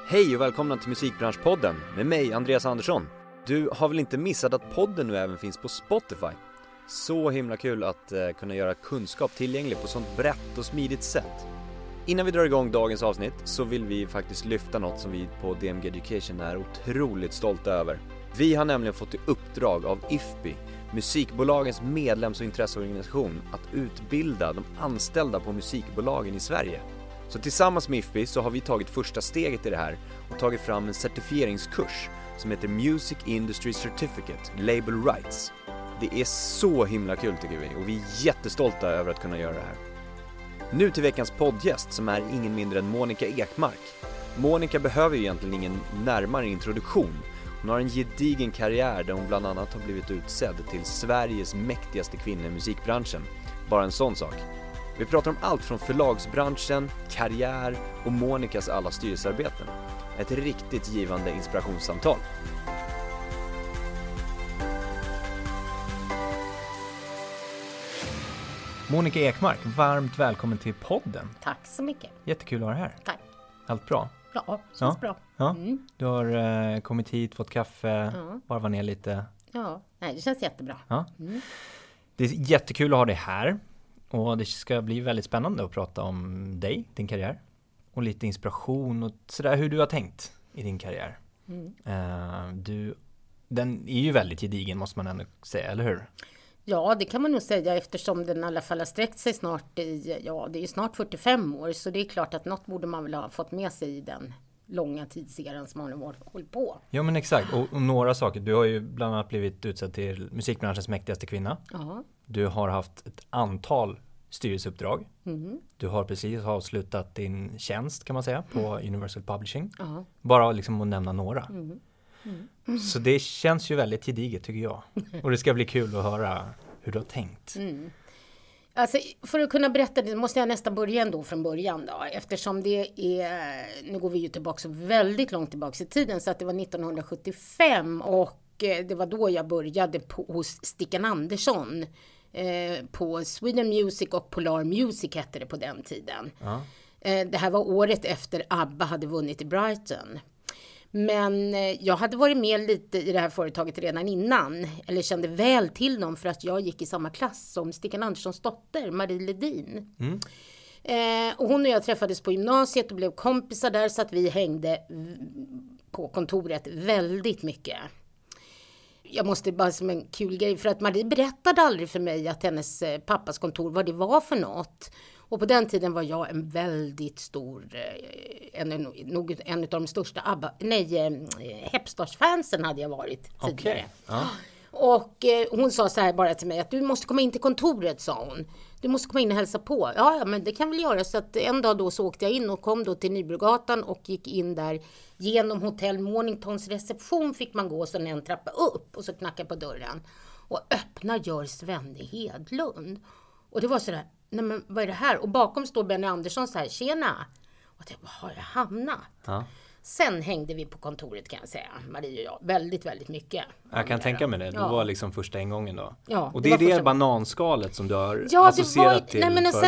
Hej och välkomna till Musikbranschpodden med mig, Andreas Andersson. Du har väl inte missat att podden nu även finns på Spotify? Så himla kul att kunna göra kunskap tillgänglig på sånt brett och smidigt sätt. Innan vi drar igång dagens avsnitt så vill vi faktiskt lyfta något som vi på DMG Education är otroligt stolta över. Vi har nämligen fått i uppdrag av IFPI, musikbolagens medlems- och intresseorganisation, att utbilda de anställda på musikbolagen i Sverige. Så tillsammans med IFPI så har vi tagit första steget i det här och tagit fram en certifieringskurs som heter Music Industry Certificate, Label Rights. Det är så himla kul tycker vi och vi är jättestolta över att kunna göra det här. Nu till veckans poddgäst som är ingen mindre än Monica Ekmark. Monica behöver ju egentligen ingen närmare introduktion. Hon har en gedigen karriär där hon bland annat har blivit utsedd till Sveriges mäktigaste kvinna i musikbranschen. Bara en sån sak. Vi pratar om allt från förlagsbranschen, karriär och Monicas alla styrelsearbeten. Ett riktigt givande inspirationssamtal. Monica Ekmark, varmt välkommen till podden. Tack så mycket. Jättekul att ha dig här. Tack. Allt bra? Ja, känns bra. Ja. Mm. Du har kommit hit, fått kaffe, varva ner lite. Ja, nej, det känns jättebra. Ja. Det är jättekul att ha dig här. Och det ska bli väldigt spännande att prata om dig, din karriär. Och lite inspiration och sådär hur du har tänkt i din karriär. Den är ju väldigt gedigen måste man ändå säga, eller hur? Ja, det kan man nog säga eftersom den i alla fall har sträckt sig snart det är ju snart 45 år. Så det är klart att något borde man väl ha fått med sig i den långa tidseran som man har hållit på. Ja men exakt, och några saker. Du har ju bland annat blivit utsedd till musikbranschens mäktigaste kvinna. Ja. Du har haft ett antal styrelseuppdrag. Du har precis avslutat din tjänst kan man säga på Universal Publishing. Bara liksom att nämna några. Så det känns ju väldigt gediget tycker jag. Och det ska bli kul att höra hur du har tänkt. Alltså, för att kunna berätta det måste jag nästan börja ändå från början då. Eftersom det är, nu går vi ju tillbaka väldigt långt tillbaka i tiden. Så att det var 1975 och det var då jag började hos Stickan Andersson. På Sweden Music och Polar Music hette det på den tiden. Det här var året efter ABBA hade vunnit i Brighton. Men jag hade varit med lite i det här företaget redan innan. Eller kände väl till dem för att jag gick i samma klass som Stickan Anderssons dotter, Marie Ledin. Och hon och jag träffades på gymnasiet och blev kompisar där så att vi hängde på kontoret väldigt mycket. Jag måste bara som en kul grej, för att Marie berättade aldrig för mig att hennes pappas kontor, vad det var för något. Och på den tiden var jag en väldigt stor, en av de största Hepstars-fansen hade jag varit tidigare. Okay. Och hon sa så här bara till mig att du måste komma in till kontoret, sa hon. Du måste komma in och hälsa på. Ja, men det kan väl göra. Så att en dag då så åkte jag in och kom då till Nybrogatan och gick in där genom Hotel Morningtons reception fick man gå så en trappa upp och så knackade på dörren. Och öppnar gör Svenne Hedlund. Och det var så där, nej men vad är det här? Och bakom står Benny Andersson så här, tjena. Och det, vad har jag hamnat? Ja. Sen hängde vi på kontoret kan jag säga, Marie och jag, väldigt, väldigt mycket. Jag kan tänka mig det, det var liksom första ingången då. Ja, och det är det bananskalet som du har associerat till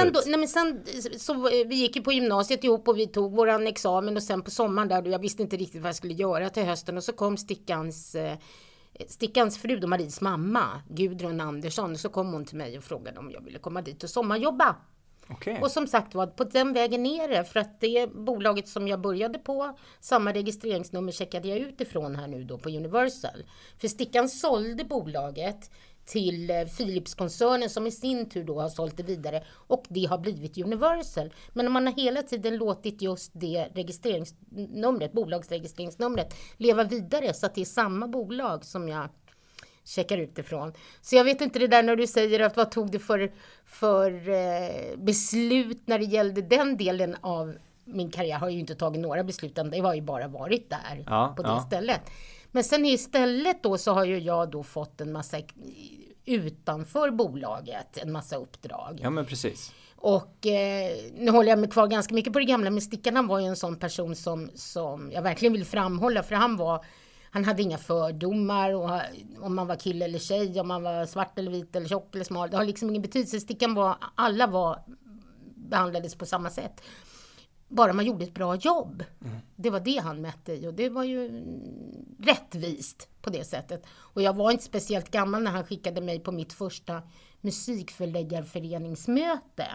vi gick ju på gymnasiet ihop och vi tog våran examen och sen på sommaren där, jag visste inte riktigt vad jag skulle göra till hösten och så kom Stickans fru och Maries mamma, Gudrun Andersson, och så kom hon till mig och frågade om jag ville komma dit och sommarjobba. Okay. Och som sagt var på den vägen ner för att det bolaget som jag började på, samma registreringsnummer checkade jag ut ifrån här nu då på Universal. För Stickan sålde bolaget till Philips-koncernen som i sin tur då har sålt det vidare och det har blivit Universal. Men man har hela tiden låtit just det registreringsnumret, bolagsregistreringsnumret leva vidare så att det är samma bolag som jag checkar utifrån. Så jag vet inte det där när du säger att vad tog det för beslut när det gällde den delen av min karriär. Har ju inte tagit några beslut, det har ju bara varit där på det stället. Men sen istället då så har ju jag då fått en massa utanför bolaget, en massa uppdrag. Ja men precis. Och nu håller jag mig kvar ganska mycket på det gamla, men Stickan han var ju en sån person som jag verkligen vill framhålla, för han hade inga fördomar och om man var kille eller tjej, om man var svart eller vit eller tjock eller smal. Det har liksom ingen betydelse. Stickan behandlades på samma sätt. Bara man gjorde ett bra jobb. Det var det han mätte i och det var ju rättvist på det sättet. Och jag var inte speciellt gammal när han skickade mig på mitt första musikförläggarföreningsmöte.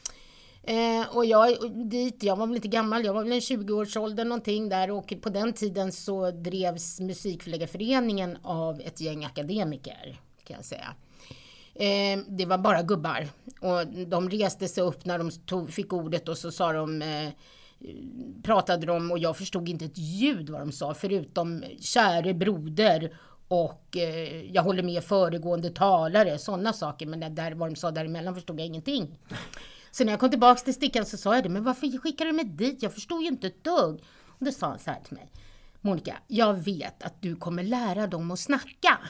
Och jag var väl lite gammal, jag var väl en 20-årsålder någonting där, och på den tiden så drevs musikförläggarföreningen av ett gäng akademiker, kan jag säga. Det var bara gubbar och de reste sig upp när de fick ordet och så sa de, pratade de och jag förstod inte ett ljud vad de sa förutom käre broder och jag håller med föregående talare, sådana saker, men det där vad de sa däremellan förstod jag ingenting. Så när jag kom tillbaka till stickan så sa jag det, men varför skickar du mig dit? Jag förstod ju inte ett dugg. Och då sa han så här till mig, Monica, jag vet att du kommer lära dem att snacka.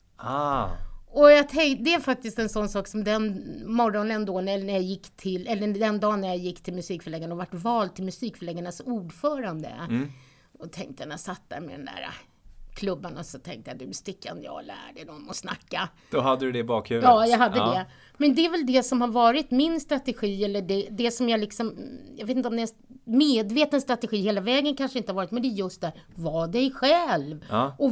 Och jag tänkte, det är faktiskt en sån sak som den morgonen då när jag gick till, eller den dagen när jag gick till musikförläggaren och vart vald till musikförläggarnas ordförande. Och tänkte när jag satt där med den där klubban och så tänkte jag, du stickan, jag lärde dem att snacka. Då hade du det i bakhuvudet. Ja, jag hade det. Men det är väl det som har varit min strategi, eller det som jag liksom, jag vet inte om det är medveten strategi hela vägen kanske inte har varit, men det är just det, var dig själv och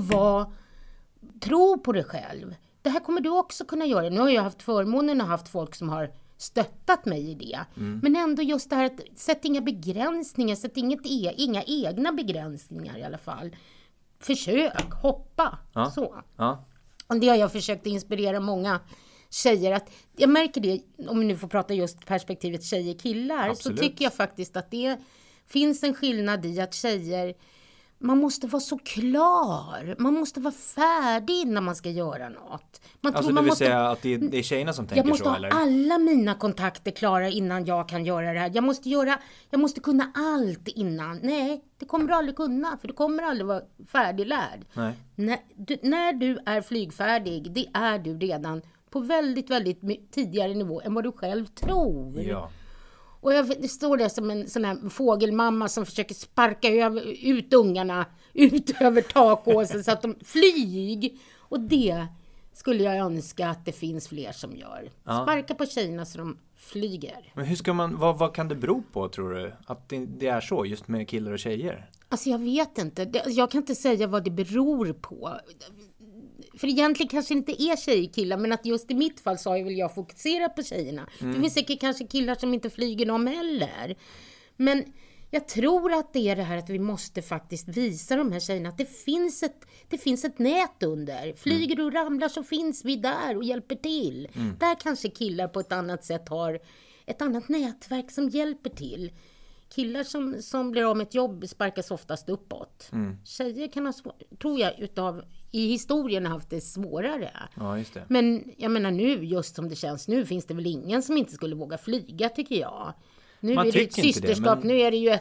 tro på dig själv. Det här kommer du också kunna göra. Nu har jag haft förmånen och haft folk som har stöttat mig i det. Men ändå just det här att sätt inga begränsningar, sätt inga egna begränsningar i alla fall. Försök, hoppa, så. Och det har jag försökt inspirera många tjejer att, jag märker det, om vi nu får prata just perspektivet tjejer-killar, så tycker jag faktiskt att det finns en skillnad i att tjejer, man måste vara så klar. Man måste vara färdig innan man ska göra något. Det vill säga att det är tjejerna som tänker så, eller? Jag måste ha alla mina kontakter klara innan jag kan göra det här. Jag måste kunna allt innan. Nej, det kommer du aldrig kunna. För du kommer aldrig vara färdiglärd. Nej. När du är flygfärdig, det är du redan på väldigt, väldigt tidigare nivå än vad du själv tror. Ja. Och jag står där som en sån här fågelmamma som försöker sparka ut ungarna ut över takåsen så att de flyg. Och det skulle jag önska att det finns fler som gör. Sparka på tjejerna så de flyger. Men hur ska man, vad kan det bero på, tror du? Att det är så just med killar och tjejer? Alltså jag vet inte. Jag kan inte säga vad det beror på. För egentligen kanske inte är tjej-killar, men att just i mitt fall så har jag fokuserat på tjejerna. Det finns säkert kanske killar som inte flyger dem heller. Men jag tror att det är det här att vi måste faktiskt visa de här tjejerna att det finns ett nät under. Flyger du och ramlar så finns vi där och hjälper till. Där kanske killar på ett annat sätt har ett annat nätverk som hjälper till. Killar som blir av med ett jobb sparkas oftast uppåt. Tjejer kan ha tror jag i historien har haft det svårare. Ja, just det. Men jag menar nu, just som det känns nu, finns det väl ingen som inte skulle våga flyga, tycker jag. Nu man är det ett systerskap, men nu är det ju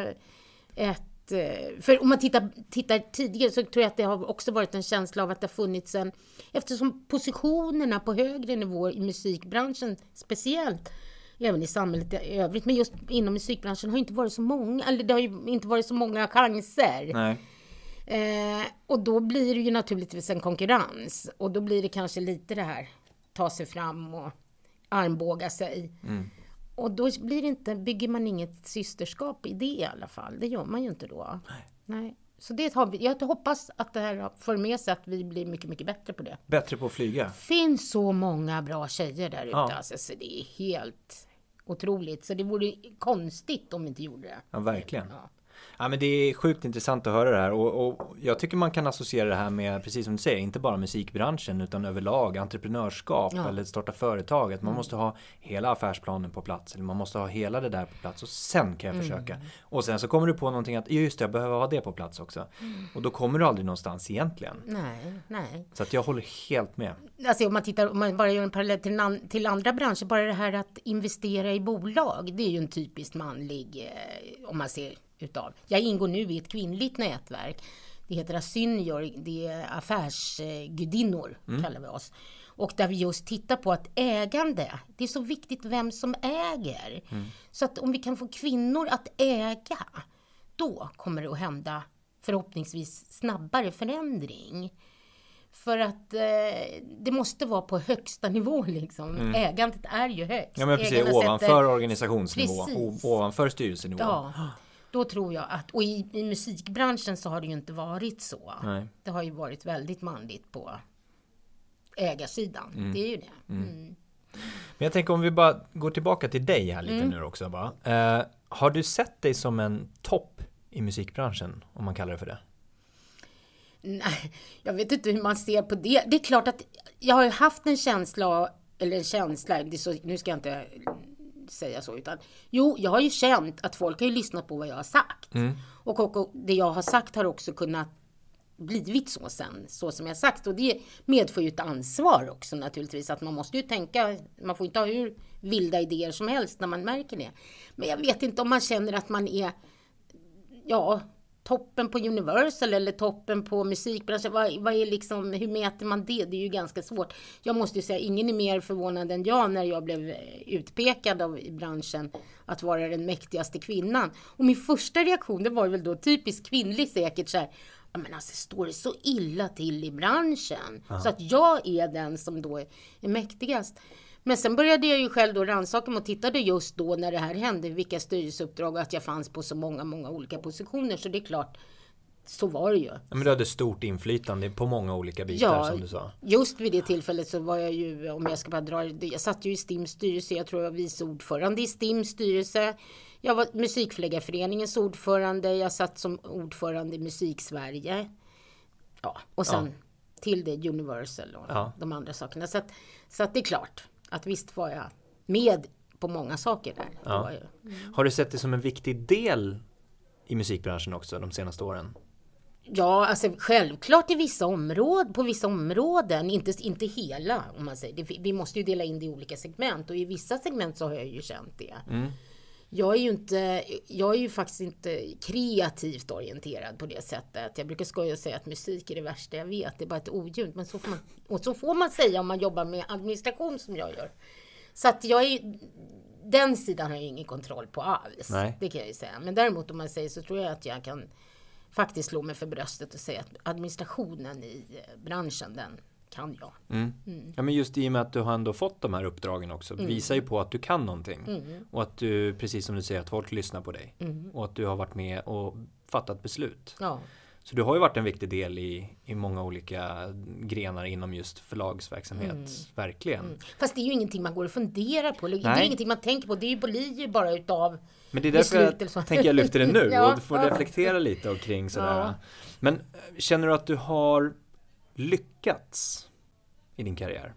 för om man tittar tidigare så tror jag att det har också varit en känsla av att det har funnits eftersom positionerna på högre nivå i musikbranschen speciellt, även i samhället i övrigt, men just inom musikbranschen har inte varit så många, eller det har ju inte varit så många chanser. Nej. Och då blir det ju naturligtvis en konkurrens, och då blir det kanske lite det här ta sig fram och armbåga sig. Och då bygger man inget systerskap i det i alla fall. Det gör man ju inte då. Nej. Så jag hoppas att det här för med sig att vi blir mycket, mycket bättre på det. Bättre på att flyga. Det finns så många bra tjejer där ute. Alltså, så det är helt otroligt. Så det vore konstigt om vi inte gjorde det. Ja, verkligen. Ja, men det är sjukt intressant att höra det här, och jag tycker man kan associera det här med, precis som du säger, inte bara musikbranschen utan överlag entreprenörskap eller starta företag. Att man måste ha hela affärsplanen på plats, eller man måste ha hela det där på plats, och sen kan jag försöka. Och sen så kommer du på någonting att just det, jag behöver ha det på plats också. Och då kommer du aldrig någonstans egentligen. Nej. Så att jag håller helt med. Alltså om man bara gör en parallell till andra branscher, bara det här att investera i bolag, det är ju en typiskt manlig, om man ser utav. Jag ingår nu i ett kvinnligt nätverk. Det heter Asynjor, det är affärsgudinnor kallar vi oss. Och där vi just tittar på att ägande, det är så viktigt vem som äger. Så att om vi kan få kvinnor att äga, då kommer det att hända förhoppningsvis snabbare förändring. För att det måste vara på högsta nivå liksom. Ägandet är ju högst. Ja, men precis, ovanför organisationsnivå, ovanför styrelsenivå. Ja. Då tror jag att, och i musikbranschen så har det ju inte varit så. Nej. Det har ju varit väldigt manligt på ägarsidan. Det är ju det. Men jag tänker om vi bara går tillbaka till dig här lite nu också. Har du sett dig som en topp i musikbranschen, om man kallar det för det? Nej, jag vet inte hur man ser på det. Det är klart att jag har haft en känsla, det är så, nu ska jag inte säga så, utan jag har ju känt att folk har ju lyssnat på vad jag har sagt. Och det jag har sagt har också kunnat blivit så sen, så som jag sagt. Och det medför ju ett ansvar också naturligtvis, att man måste ju tänka, man får inte ha hur vilda idéer som helst när man märker det. Men jag vet inte om man känner att man är toppen på Universal eller toppen på musikbranschen. Vad är liksom, hur mäter man det? Det är ju ganska svårt. Jag måste ju säga, ingen är mer förvånad än jag när jag blev utpekad i branschen att vara den mäktigaste kvinnan. Och min första reaktion, det var väl då typiskt kvinnlig säkert så här, men alltså står det så illa till i branschen så att jag är den som då är mäktigast. Men sen började jag ju själv då rannsaka och tittade just då när det här hände, vilka styrelseuppdrag och att jag fanns på så många olika positioner. Så det är klart, så var det ju. Ja, men du hade stort inflytande på många olika bitar som du sa. Just vid det tillfället så var jag ju, om jag ska bara dra, jag satt ju i STIMs styrelse, jag tror jag var vice ordförande i STIMs styrelse. Jag var musikförläggarföreningens ordförande, jag satt som ordförande i Musiksverige. Ja, och sen till det Universal och de andra sakerna. Så att det är klart att visst var jag med på många saker där. Ja. Har du sett det som en viktig del i musikbranschen också de senaste åren? Ja, alltså självklart på vissa områden, inte hela om man säger. Vi måste ju dela in det i olika segment och i vissa segment så har jag ju känt det. Jag är ju faktiskt inte kreativt orienterad på det sättet. Jag brukar skoja och säga att musik är det värsta jag vet. Det är bara ett oljud. Men så får man säga om man jobbar med administration som jag gör. Så att den sidan har jag ingen kontroll på alls. Nej. Det kan jag ju säga. Men däremot om man säger så tror jag att jag kan faktiskt slå mig för bröstet och säga att administrationen i branschen, den kan jag. Ja, men just i och med att du har ändå fått de här uppdragen också visar ju på att du kan någonting. Och att du, precis som du säger, att folk lyssnar på dig. Och att du har varit med och fattat beslut. Ja. Så du har ju varit en viktig del i många olika grenar inom just förlagsverksamhet. Verkligen. Fast det är ju ingenting man går och funderar på. Det är ingenting man tänker på. Det blir ju bara utav. Men det är därför jag tänker jag lyfter det nu. Och du får reflektera lite omkring sådär. Ja. Men känner du att du har lyckats i din karriär?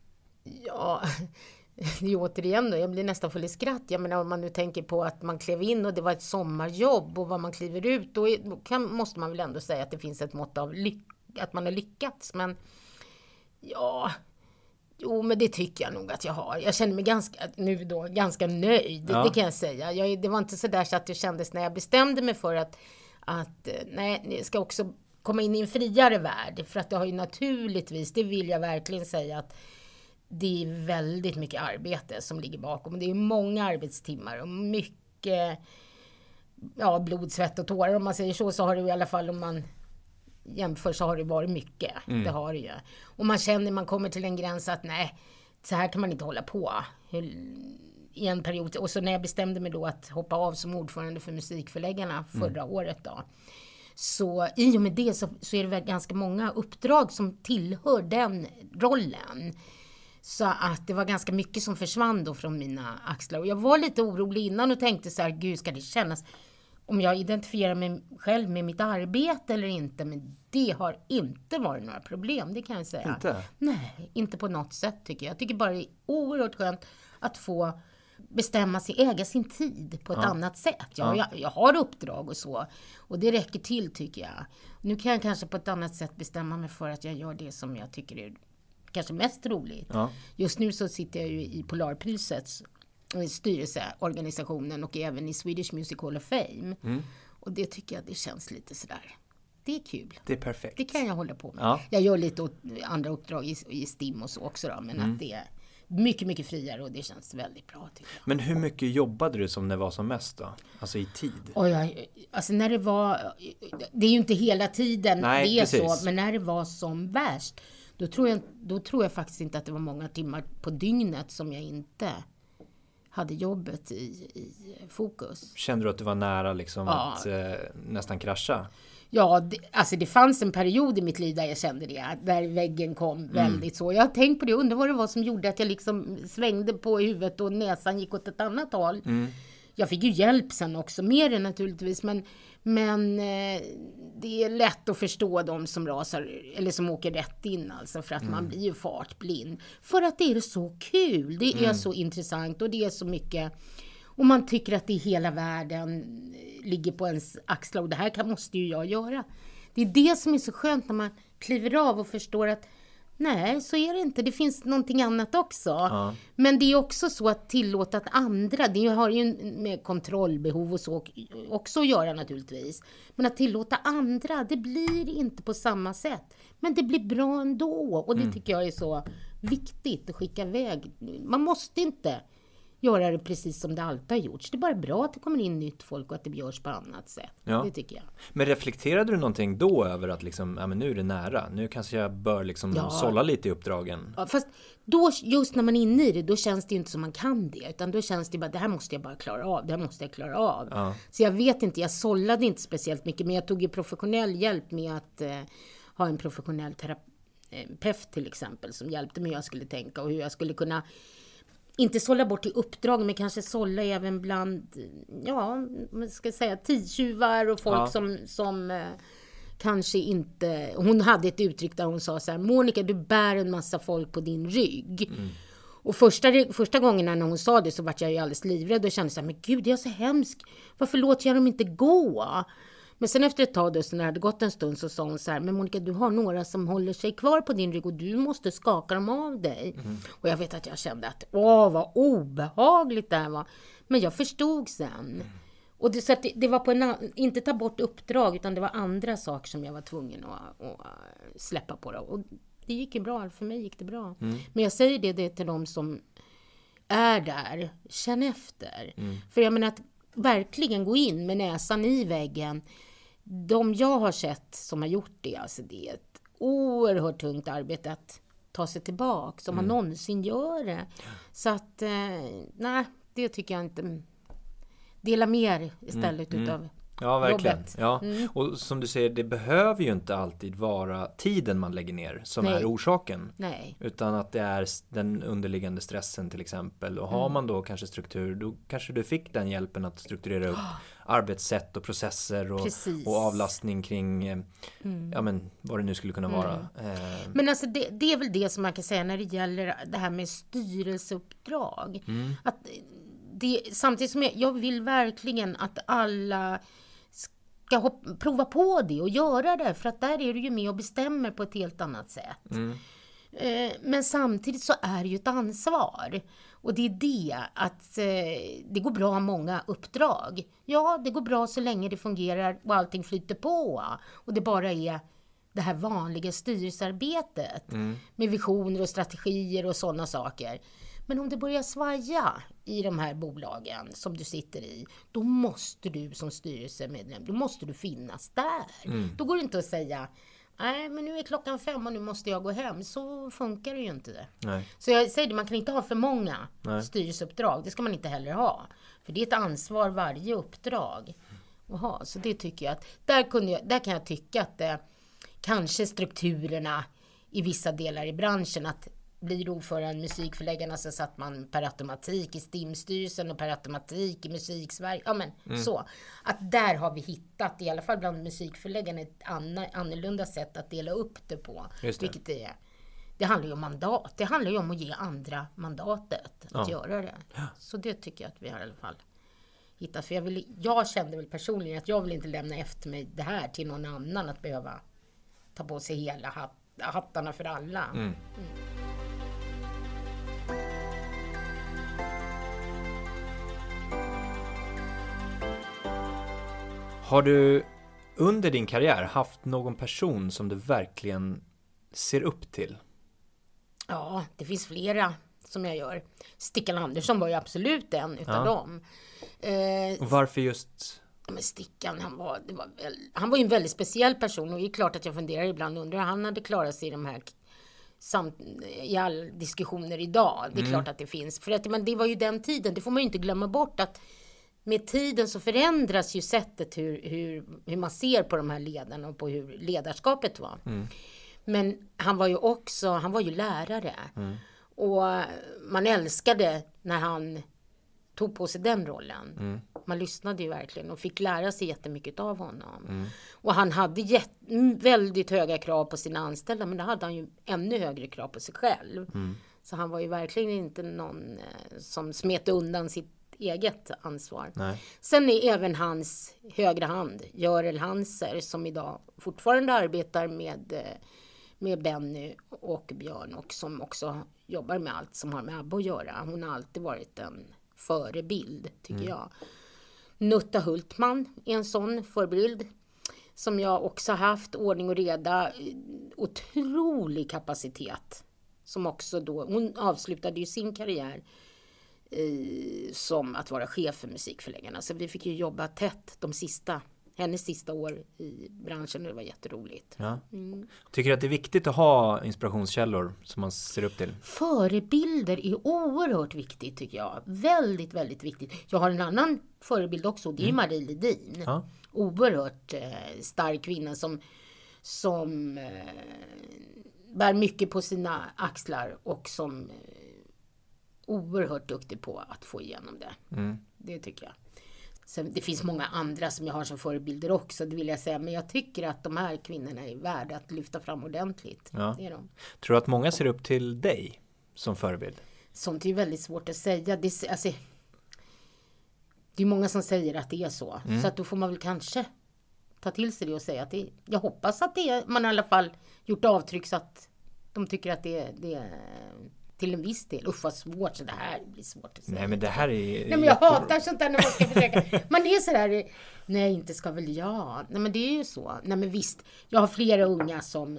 Ja, det är återigen då, jag blir nästan full i skratt. Jag menar, om man nu tänker på att man klev in och det var ett sommarjobb och vad man kliver ut, då måste man väl ändå säga att det finns ett mått av att man har lyckats. Men men det tycker jag nog att jag har. Jag känner mig ganska nöjd, det kan jag säga. Det var inte så där så att det kändes när jag bestämde mig för att nej, jag ska också komma in i en friare värld. För att det har ju naturligtvis, det vill jag verkligen säga, att det är väldigt mycket arbete som ligger bakom. Det är många arbetstimmar och mycket blod, svett och tårar. Om man säger så har det i alla fall, om man jämför, så har det varit mycket. Det har det ju. Och man kommer till en gräns att nej, så här kan man inte hålla på i en period. Och så när jag bestämde mig då att hoppa av som ordförande för musikförläggarna förra året då. Så i och med det så är det väl ganska många uppdrag som tillhör den rollen. Så att det var ganska mycket som försvann då från mina axlar. Och jag var lite orolig innan och tänkte så här, gud, ska det kännas om jag identifierar mig själv med mitt arbete eller inte? Men det har inte varit några problem, det kan jag säga. Inte? Nej, inte på något sätt tycker jag. Jag tycker bara det är oerhört skönt att få äga sin tid på ett annat sätt. Jag har uppdrag och så. Och det räcker till tycker jag. Nu kan jag kanske på ett annat sätt bestämma mig för att jag gör det som jag tycker är kanske mest roligt. Ja. Just nu så sitter jag ju i Polarprisets styrelseorganisationen och även i Swedish Music Hall of Fame. Och det tycker jag, det känns lite sådär. Det är kul. Det är perfekt. Det kan jag hålla på med. Ja. Jag gör lite andra uppdrag i STIM och så också då, men att det är mycket, mycket friare och det känns väldigt bra tycker jag. Men hur mycket jobbade du som det var som mest då? Alltså i tid? Alltså när det var, det är ju inte hela tiden. Nej, det är precis. så, men när det var som värst, då tror jag faktiskt inte att det var många timmar på dygnet som jag inte hade jobbet i fokus. Kände du att du var nära liksom att nästan krascha? Ja, det fanns en period i mitt liv där jag kände det. Där väggen kom väldigt så. Jag har tänkt på det. Undrar vad det var som gjorde att jag liksom svängde på huvudet och näsan gick åt ett annat håll. Jag fick ju hjälp sen också, mer än naturligtvis. Men det är lätt att förstå de som rasar eller som åker rätt in. Alltså för att man blir ju fartblind. För att det är så kul. Det är så intressant och det är så mycket... Och man tycker att det i hela världen ligger på ens axlar. Och det här måste ju jag göra. Det är det som är så skönt när man kliver av och förstår att nej, så är det inte. Det finns någonting annat också. Ja. Men det är också så att tillåta att andra, det har ju med kontrollbehov och så också att göra naturligtvis. Men att tillåta andra, det blir inte på samma sätt. Men det blir bra ändå. Och det tycker jag är så viktigt att skicka iväg. Man måste inte göra det precis som det alltid har gjorts. Det är bara bra att det kommer in nytt folk och att det görs på annat sätt. Ja. Det tycker jag. Men reflekterade du någonting då över att liksom, ja, men nu är det nära. Nu kanske jag bör liksom sålla lite i uppdragen. Ja, fast då, just när man är inne i det, då känns det ju inte som man kan det. Utan då känns det bara, det här måste jag bara klara av. Det här måste jag klara av. Ja. Så jag vet inte, jag sållade inte speciellt mycket. Men jag tog ju professionell hjälp med att ha en professionell terapeut till exempel. Som hjälpte mig hur jag skulle tänka och hur jag skulle kunna... Inte sålla bort i uppdrag, men kanske sålla även bland, man ska säga tidstjuvar och folk som kanske inte... Hon hade ett uttryck där hon sa så här: Monica, du bär en massa folk på din rygg. Och första gången när hon sa det så var jag ju alldeles livrädd och kände så här: men gud, jag är så hemsk. Varför låter jag dem inte gå? Men sen efter ett tag då, så när det hade gått en stund, så sa hon så här: men Monica, du har några som håller sig kvar på din rygg och du måste skaka dem av dig. Och jag vet att jag kände att vad obehagligt det här var. Men jag förstod sen. Och så att det var på inte ta bort uppdrag, utan det var andra saker som jag var tvungen att släppa på. Och det gick ju bra, för mig gick det bra. Men jag säger det till de som är där, känn efter. För jag menar att verkligen gå in med näsan i väggen. De jag har sett som har gjort det, alltså det är ett oerhört tungt arbete att ta sig tillbaka, som man någonsin gör det. Så att, nej, det tycker jag inte. Dela mer istället utav ja, verkligen. Jobbet. Ja. Och som du säger, det behöver ju inte alltid vara tiden man lägger ner som är orsaken. Nej. Utan att det är den underliggande stressen till exempel. Och har man då kanske struktur, då kanske du fick den hjälpen att strukturera upp arbetssätt och processer och avlastning kring ja, men, vad det nu skulle kunna vara. Men alltså det är väl det som man kan säga när det gäller det här med styrelseuppdrag. Att samtidigt som jag vill verkligen att alla ska prova på det och göra det, för att där är du ju med och bestämmer på ett helt annat sätt. Men samtidigt så är det ju ett ansvar. Och det är det att det går bra många uppdrag. Ja, det går bra så länge det fungerar och allting flyter på. Och det bara är det här vanliga styrelsearbetet med visioner och strategier och sådana saker. Men om det börjar svaja i de här bolagen som du sitter i, då måste du som styrelsemedlem, då måste du finnas där. Då går det inte att säga, nej, men nu är klockan 5 och nu måste jag gå hem. Så funkar det ju inte det. Nej. Så jag säger det, man kan inte ha för många styrelseuppdrag. Det ska man inte heller ha. För det är ett ansvar varje uppdrag att ha. Så det tycker jag att, där kan jag tycka att kanske strukturerna i vissa delar i branschen, att blir ordförande musikförläggarna så satt man per automatik i STIM-styrelsen och per automatik i Musiksverige. Ja, men så. Att där har vi hittat, i alla fall bland musikförläggarna, ett annorlunda sätt att dela upp det på. Vilket det handlar ju om mandat. Det handlar ju om att ge andra mandatet att göra det. Ja. Så det tycker jag att vi har i alla fall hittat. För jag kände väl personligen att jag vill inte lämna efter mig det här till någon annan, att behöva ta på sig hela hattarna för alla. Har du under din karriär haft någon person som du verkligen ser upp till? Ja, det finns flera som jag gör. Stickan Andersson var ju absolut en utav dem. Och varför just? Men Stickan, han var ju en väldigt speciell person. Och det är klart att jag funderar ibland, undrar han hade klarat sig i de här i alla diskussioner idag. Det är klart att det finns. För att men det var ju den tiden. Det får man ju inte glömma bort att med tiden så förändras ju sättet hur man ser på de här ledarna och på hur ledarskapet var. Men han var ju lärare. Och man älskade när han tog på sig den rollen. Man lyssnade ju verkligen och fick lära sig jättemycket av honom. Och han hade väldigt höga krav på sina anställda, men då hade han ju ännu högre krav på sig själv. Så han var ju verkligen inte någon som smet undan sitt eget ansvar. Nej. Sen är även hans högra hand, Görel Hanser, som idag fortfarande arbetar med Benny och Björn och som också jobbar med allt som har med ABBA att göra. Hon har alltid varit en förebild, tycker jag. Nutta Hultman är en sån förebild som jag också haft, ordning och reda, otrolig kapacitet. Som också då, hon avslutade ju sin karriär som att vara chef för musikförläggarna. Så vi fick ju jobba tätt hennes sista år i branschen och det var jätteroligt. Ja. Tycker du att det är viktigt att ha inspirationskällor som man ser upp till? Förebilder är oerhört viktigt tycker jag. Väldigt, väldigt viktigt. Jag har en annan förebild också. Det är Marie Ledin. Ja. Oerhört stark kvinna som bär mycket på sina axlar och som oerhört duktig på att få igenom det. Det tycker jag. Sen, det finns många andra som jag har som förebilder också, det vill jag säga. Men jag tycker att de här kvinnorna är värda att lyfta fram ordentligt. Ja. Det är de. Tror du att många ser upp till dig som förebild? Sånt är ju väldigt svårt att säga. Det är många som säger att det är så. Så att då får man väl kanske ta till sig det och säga att jag hoppas att man i alla fall gjort avtryck så att de tycker att det är till en viss del. Usch vad svårt, så det här blir svårt att säga. Nej men det här är... Nej men jag hatar sånt där när man ska försöka. Man är så där, nej inte ska väl jag. Nej men det är ju så. Nej men visst, jag har flera unga som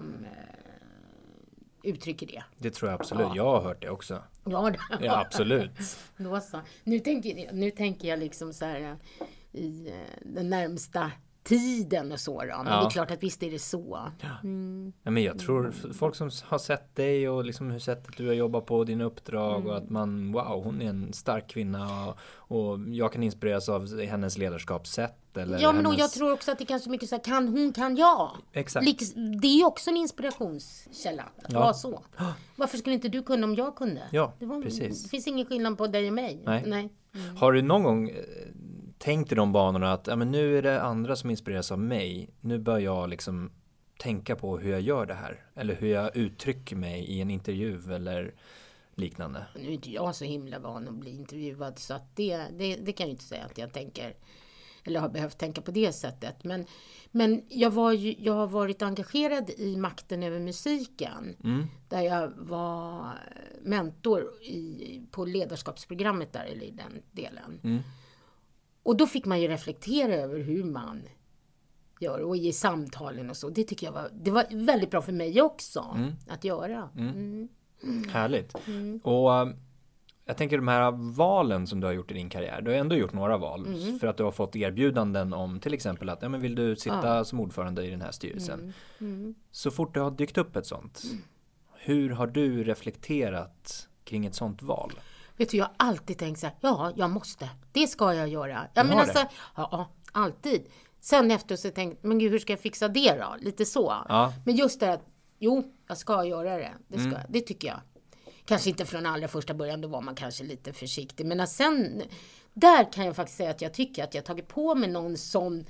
uttrycker det. Det tror jag absolut. Ja. Jag har hört det också. Ja, Ja absolut. Då så. Nu tänker jag liksom så här i den närmsta tiden och så då. Men det är klart att visst är det så. Ja. Ja, men jag tror folk som har sett dig och liksom hur sättet du har jobbat på dina uppdrag och att man, wow, hon är en stark kvinna och jag kan inspireras av hennes ledarskapssätt. Eller ja, men hennes... jag tror också att det kanske är mycket så här, kan hon, kan jag. Exakt. Det är också en inspirationskälla att vara så. Varför skulle inte du kunna om jag kunde? Ja, precis. Det finns ingen skillnad på dig och mig. Nej. Har du någon gång tänkt i de banorna att men nu är det andra som inspireras av mig. Nu bör jag liksom tänka på hur jag gör det här. Eller hur jag uttrycker mig i en intervju eller liknande. Nu är inte jag så himla van att bli intervjuad så att det kan jag inte säga att jag tänker eller har behövt tänka på det sättet. Men jag har varit engagerad i Makten över musiken. Där jag var mentor på ledarskapsprogrammet där, eller i den delen. Och då fick man ju reflektera över hur man gör och i samtalen och så. Det tycker jag det var väldigt bra för mig också att göra. Härligt. Och jag tänker de här valen som du har gjort i din karriär. Du har ändå gjort några val för att du har fått erbjudanden om till exempel att men vill du sitta som ordförande i den här styrelsen. Så fort det har dykt upp ett sånt. Hur har du reflekterat kring ett sånt val? Vet du, jag har alltid tänkt så här, ja, jag måste. Det ska jag göra. Ja, alltid. Sen efter så tänkte jag, men gud, hur ska jag fixa det då? Lite så. Ja. Men just det att, jag ska göra det. Det tycker jag. Kanske inte från allra första början, då var man kanske lite försiktig. Men sen, där kan jag faktiskt säga att jag tycker att jag har tagit på mig någon sån,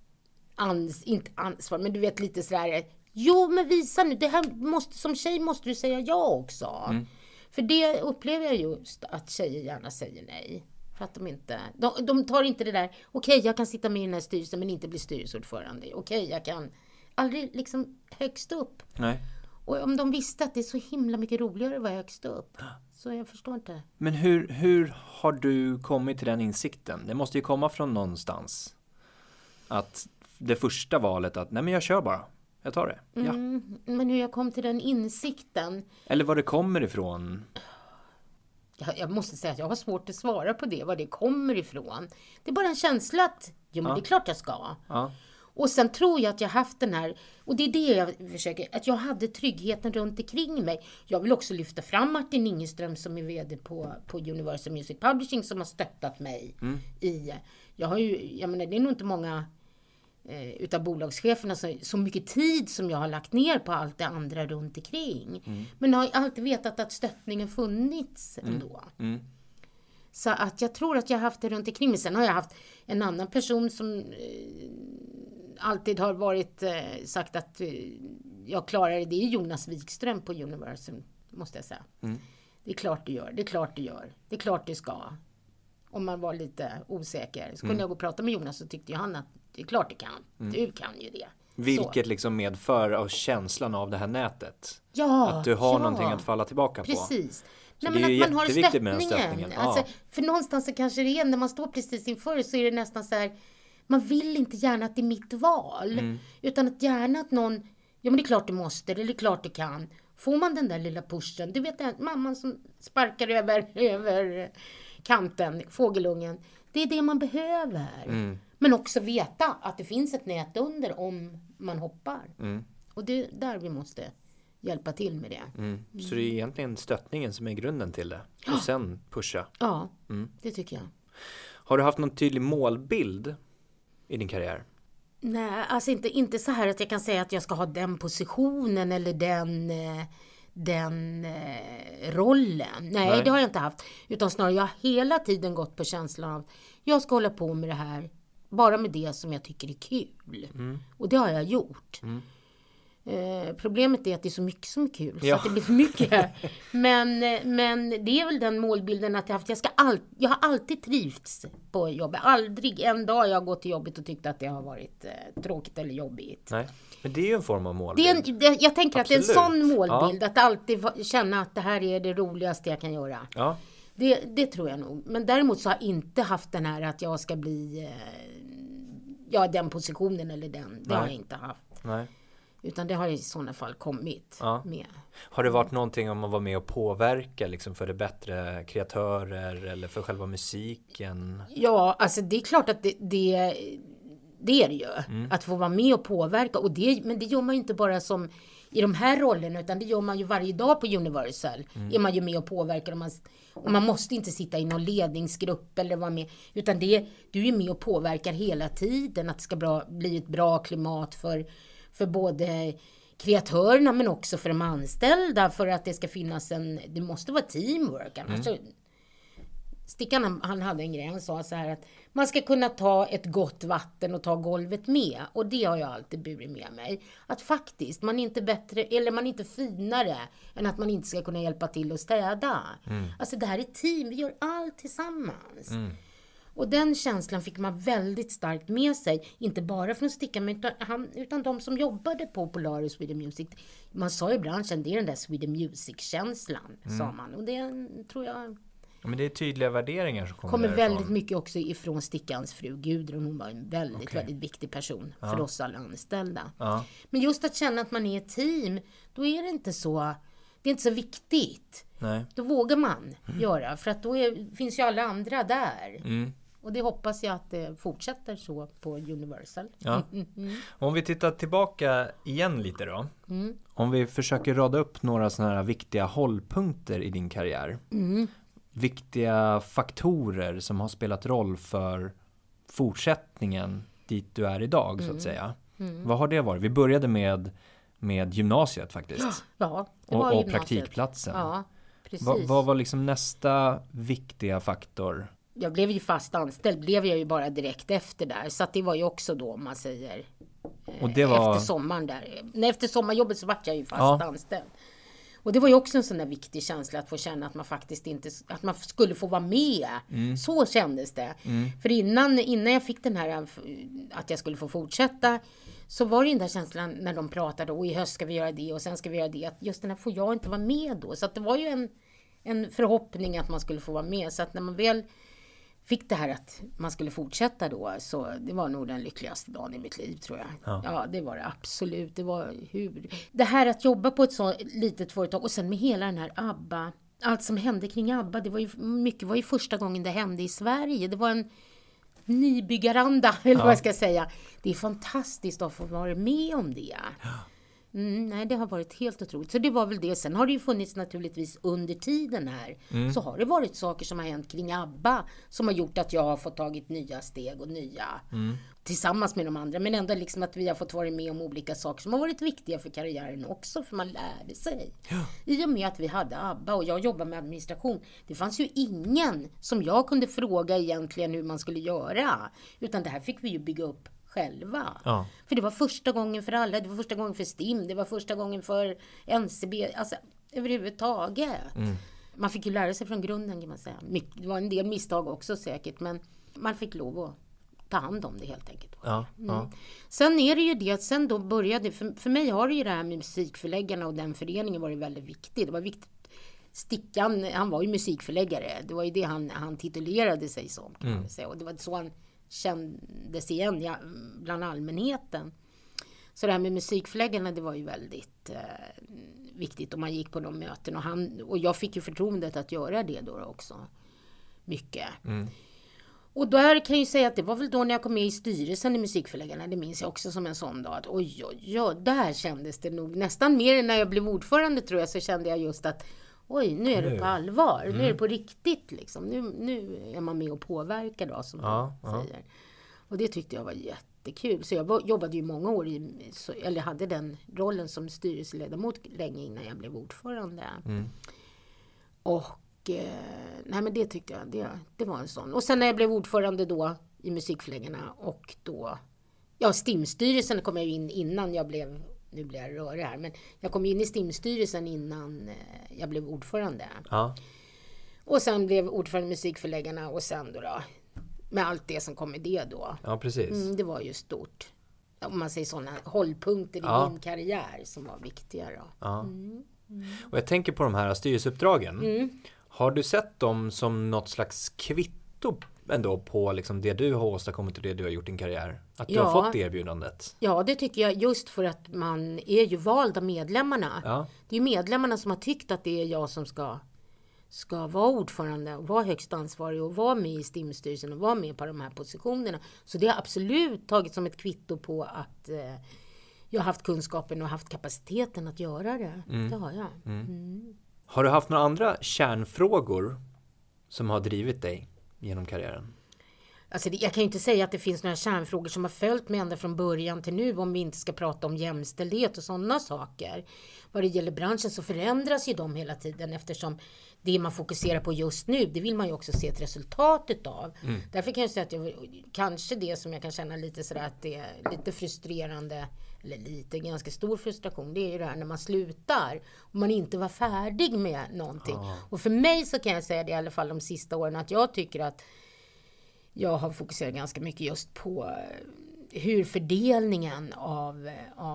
inte ansvar, men du vet lite sådär, jo men visa nu, det här som tjej måste du säga ja också. För det upplever jag just att tjejer gärna säger nej. För att de tar inte det där, okej, jag kan sitta med i den här styrelsen men inte bli styrelseordförande. Okej, jag kan aldrig liksom högst upp. Nej. Och om de visste att det är så himla mycket roligare att vara högst upp. Så jag förstår inte. Men hur har du kommit till den insikten? Det måste ju komma från någonstans. Att det första valet att, nej men jag kör bara. Jag tar det. Ja. Men hur jag kom till den insikten. Eller var det kommer ifrån. Jag måste säga att jag har svårt att svara på det. Var det kommer ifrån. Det är bara en känsla att, men det är klart jag ska. Ja. Och sen tror jag att jag haft den här, och det är det jag försöker, att jag hade tryggheten runt omkring mig. Jag vill också lyfta fram Martin Ingeström som är vd på Universal Music Publishing som har stöttat mig i, jag menar det är nog inte många utav bolagscheferna så mycket tid som jag har lagt ner på allt det andra runt omkring. Men jag har alltid vetat att stöttningen funnits ändå. Så att jag tror att jag har haft det runt omkring mig. Sen har jag haft en annan person som alltid har varit sagt att jag klarar det. Det är Jonas Wikström på Universal, måste jag säga. Det är klart du gör. Det är klart du gör. Det är klart du ska. Om man var lite osäker. Så kunde jag gå och prata med Jonas så tyckte han att det är klart du kan. Du kan ju det. Vilket liksom medför av känslan av det här nätet. Ja, att du har någonting att falla tillbaka på. Precis. Så det är ju jätteviktigt med den stöttningen. Alltså, för någonstans så kanske det är när man står precis inför så är det nästan så här, man vill inte gärna att det är mitt val. Utan att gärna att någon, ja men det är klart du måste, det är klart du kan. Får man den där lilla pushen, du vet mamman som sparkar över kanten, fågelungen. Det är det man behöver. Men också veta att det finns ett nät under om man hoppar. Och det är där vi måste hjälpa till med det. Så det är egentligen stöttningen som är grunden till det. Och sen pusha. Ja, det tycker jag. Har du haft någon tydlig målbild i din karriär? Nej, alltså inte så här att jag kan säga att jag ska ha den positionen eller den rollen. Nej, det har jag inte haft. Utan snarare jag har hela tiden gått på känslan av jag ska hålla på med det här. Bara med det som jag tycker är kul. Och det har jag gjort. Problemet är att det är så mycket som är kul. Så att det blir för mycket. Men det är väl den målbilden att jag har haft. Jag har alltid trivts på jobbet. Aldrig en dag jag har gått till jobbet och tyckt att det har varit tråkigt eller jobbigt. Nej, men det är ju en form av målbild. Jag tänker att det är en sån målbild. Att alltid känna att det här är det roligaste jag kan göra. Ja. Det tror jag nog. Men däremot så har jag inte haft den här att jag ska bli den positionen eller den. Det har jag inte haft. Nej. Utan det har i sådana fall kommit med. Har det varit någonting om att vara med och påverka liksom för det bättre kreatörer eller för själva musiken? Ja, alltså det är klart att det är det ju. Att få vara med och påverka. Men det gör man ju inte bara som i de här rollerna utan det gör man ju varje dag på Universal. Är man ju med och påverkar och man måste inte sitta i någon ledningsgrupp eller vara med. Utan du är med och påverkar hela tiden att det ska bli ett bra klimat för både kreatörerna men också för de anställda för att det ska finnas det måste vara teamwork annars Stickan han hade en grej, han sa så här att man ska kunna ta ett gott vatten och ta golvet med och det har jag alltid burit med mig att faktiskt man är inte bättre eller man är inte finare än att man inte ska kunna hjälpa till att städa. Alltså det här är team, vi gör allt tillsammans. Och den känslan fick man väldigt starkt med sig. Inte bara från Stickan utan de som jobbade på Polaris Sweden Music. Man sa i branschen, det är den där Sweden Music-känslan, sa man. Och det tror jag... Ja, men det är tydliga värderingar som kommer väldigt mycket också ifrån Stickans fru Gudrun. Hon var en väldigt viktig person för oss alla anställda. Ja. Men just att känna att man är ett team, då är det inte så... Det är inte så viktigt. Nej. Då vågar man göra. För att då finns ju alla andra där. Och det hoppas jag att det fortsätter så på Universal. Ja. Om vi tittar tillbaka igen lite då. Om vi försöker rada upp några sådana här viktiga hållpunkter i din karriär. Viktiga faktorer som har spelat roll för fortsättningen dit du är idag så att säga. Vad har det varit? Vi började med gymnasiet faktiskt. Ja, det var och praktikplatsen. Ja, precis. Vad var liksom nästa viktiga faktor? Jag blev ju fast anställd, blev jag ju bara direkt efter där. Så att det var ju också då, om man säger, och det var... efter sommaren där. Efter sommarjobbet så var jag ju fast anställd. Och det var ju också en sån där viktig känsla att få känna att man faktiskt inte, att man skulle få vara med. Så kändes det. För innan jag fick den här, att jag skulle få fortsätta, så var det den där känslan när de pratade, och i höst ska vi göra det och sen ska vi göra det. Att just den här får jag inte vara med då. Så att det var ju en förhoppning att man skulle få vara med. Så att när man väl fick det här att man skulle fortsätta då, så det var nog den lyckligaste dagen i mitt liv, tror jag. Ja, det var det absolut. Det var det här att jobba på ett så litet företag och sen med hela den här ABBA, allt som hände kring ABBA, det var ju första gången det hände i Sverige. Det var nybyggaranda, eller vad jag ska säga. Det är fantastiskt att få vara med om det. Nej, det har varit helt otroligt. Så det var väl det. Sen har det ju funnits naturligtvis under tiden här. Så har det varit saker som har hänt kring ABBA som har gjort att jag har fått tagit nya steg och nya tillsammans med de andra. Men ändå liksom att vi har fått vara med om olika saker som har varit viktiga för karriären också. För man lärde sig. I och med att vi hade ABBA och jag jobbar med administration. Det fanns ju ingen som jag kunde fråga egentligen hur man skulle göra. Utan det här fick vi ju bygga upp själva. För det var första gången för alla. Det var första gången för STIM. Det var första gången för NCB. Alltså överhuvudtaget. Man fick ju lära sig från grunden kan man säga. Det var en del misstag också säkert. Men man fick lov att ta hand om det helt enkelt. Sen är det ju det. Sen då började. För mig har det ju det här med musikförläggarna och den föreningen varit väldigt viktigt. Det var viktigt. Stickan, han var ju musikförläggare. Det var ju det han titulerade sig som kan man säga. Och det var så han kändes igen bland allmänheten. Så det här med musikförläggarna, det var ju väldigt viktigt om man gick på de möten. Och jag fick ju förtroendet att göra det då också. Mycket. Och där kan jag ju säga att det var väl då när jag kom med i styrelsen i musikförläggarna. Det minns jag också som en sån dag. Att oj, där kändes det nog nästan mer än när jag blev ordförande tror jag. Så kände jag just att oj, nu är det på allvar. Nu är det på riktigt liksom. Nu är man med och påverkar då som du säger. Och det tyckte jag var jättekul. Så jag jobbade ju många år eller hade den rollen som styrelseledamot länge innan jag blev ordförande. Och nej men det tyckte jag, det var en sån. Och sen när jag blev ordförande då i musikförläggarna och då, STIM-styrelsen kom jag ju in innan jag blev, nu blir jag rörig här, men jag kom in i STIM-styrelsen innan jag blev ordförande. Och sen blev ordförande i musikförläggarna och sen då med allt det som kom med det då. Ja, precis. Det var ju stort. Om man säger sådana hållpunkter i min karriär som var viktiga då. Och jag tänker på de här styrelseuppdragen. Har du sett dem som något slags kvitto ändå på liksom det du har åstadkommit och det du har gjort i din karriär? Att du har fått det erbjudandet? Ja, det tycker jag, just för att man är ju vald av medlemmarna. Det är ju medlemmarna som har tyckt att det är jag som ska vara ordförande och vara högst ansvarig och vara med i STIM-styrelsen och vara med på de här positionerna. Så det har absolut tagit som ett kvitto på att jag har haft kunskapen och haft kapaciteten att göra det. Det har jag. Har du haft några andra kärnfrågor som har drivit dig genom karriären? Alltså jag kan ju inte säga att det finns några kärnfrågor som har följt mig ända från början till nu, om vi inte ska prata om jämställdhet och sådana saker. Vad det gäller branschen så förändras ju de hela tiden, eftersom det man fokuserar på just nu, det vill man ju också se ett resultat av. Därför kan jag säga att kanske det som jag kan känna lite sådär att det är lite frustrerande, eller lite ganska stor frustration, det är ju det här när man slutar och man inte var färdig med någonting. Och för mig så kan jag säga det i alla fall de sista åren, att jag tycker att jag har fokuserat ganska mycket just på hur fördelningen av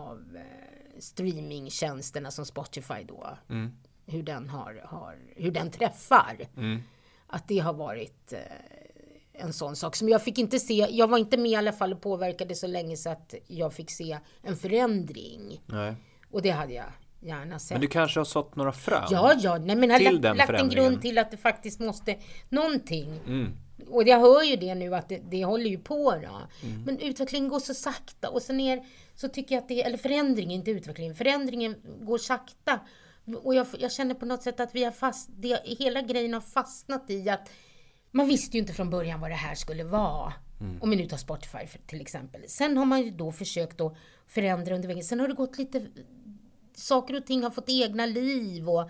streamingtjänsterna som Spotify då, hur den träffar. Att det har varit en sån sak som jag fick inte se. Jag var inte med i alla fall och påverkade så länge så att jag fick se en förändring. Nej. Och det hade jag gärna sett. Men du kanske har sått några frön? Ja. Nej, men jag har lagt en grund till att det faktiskt måste någonting. Och jag hör ju det nu att det håller ju på då. Men utvecklingen går så sakta. Och sen så tycker jag att eller förändringen, inte utvecklingen. Förändringen går sakta. Och jag känner på något sätt att hela grejen har fastnat i att man visste ju inte från början vad det här skulle vara. Om vi nu tar Spotify till exempel. Sen har man ju då försökt att förändra under vägen. Sen har det gått lite, saker och ting har fått egna liv och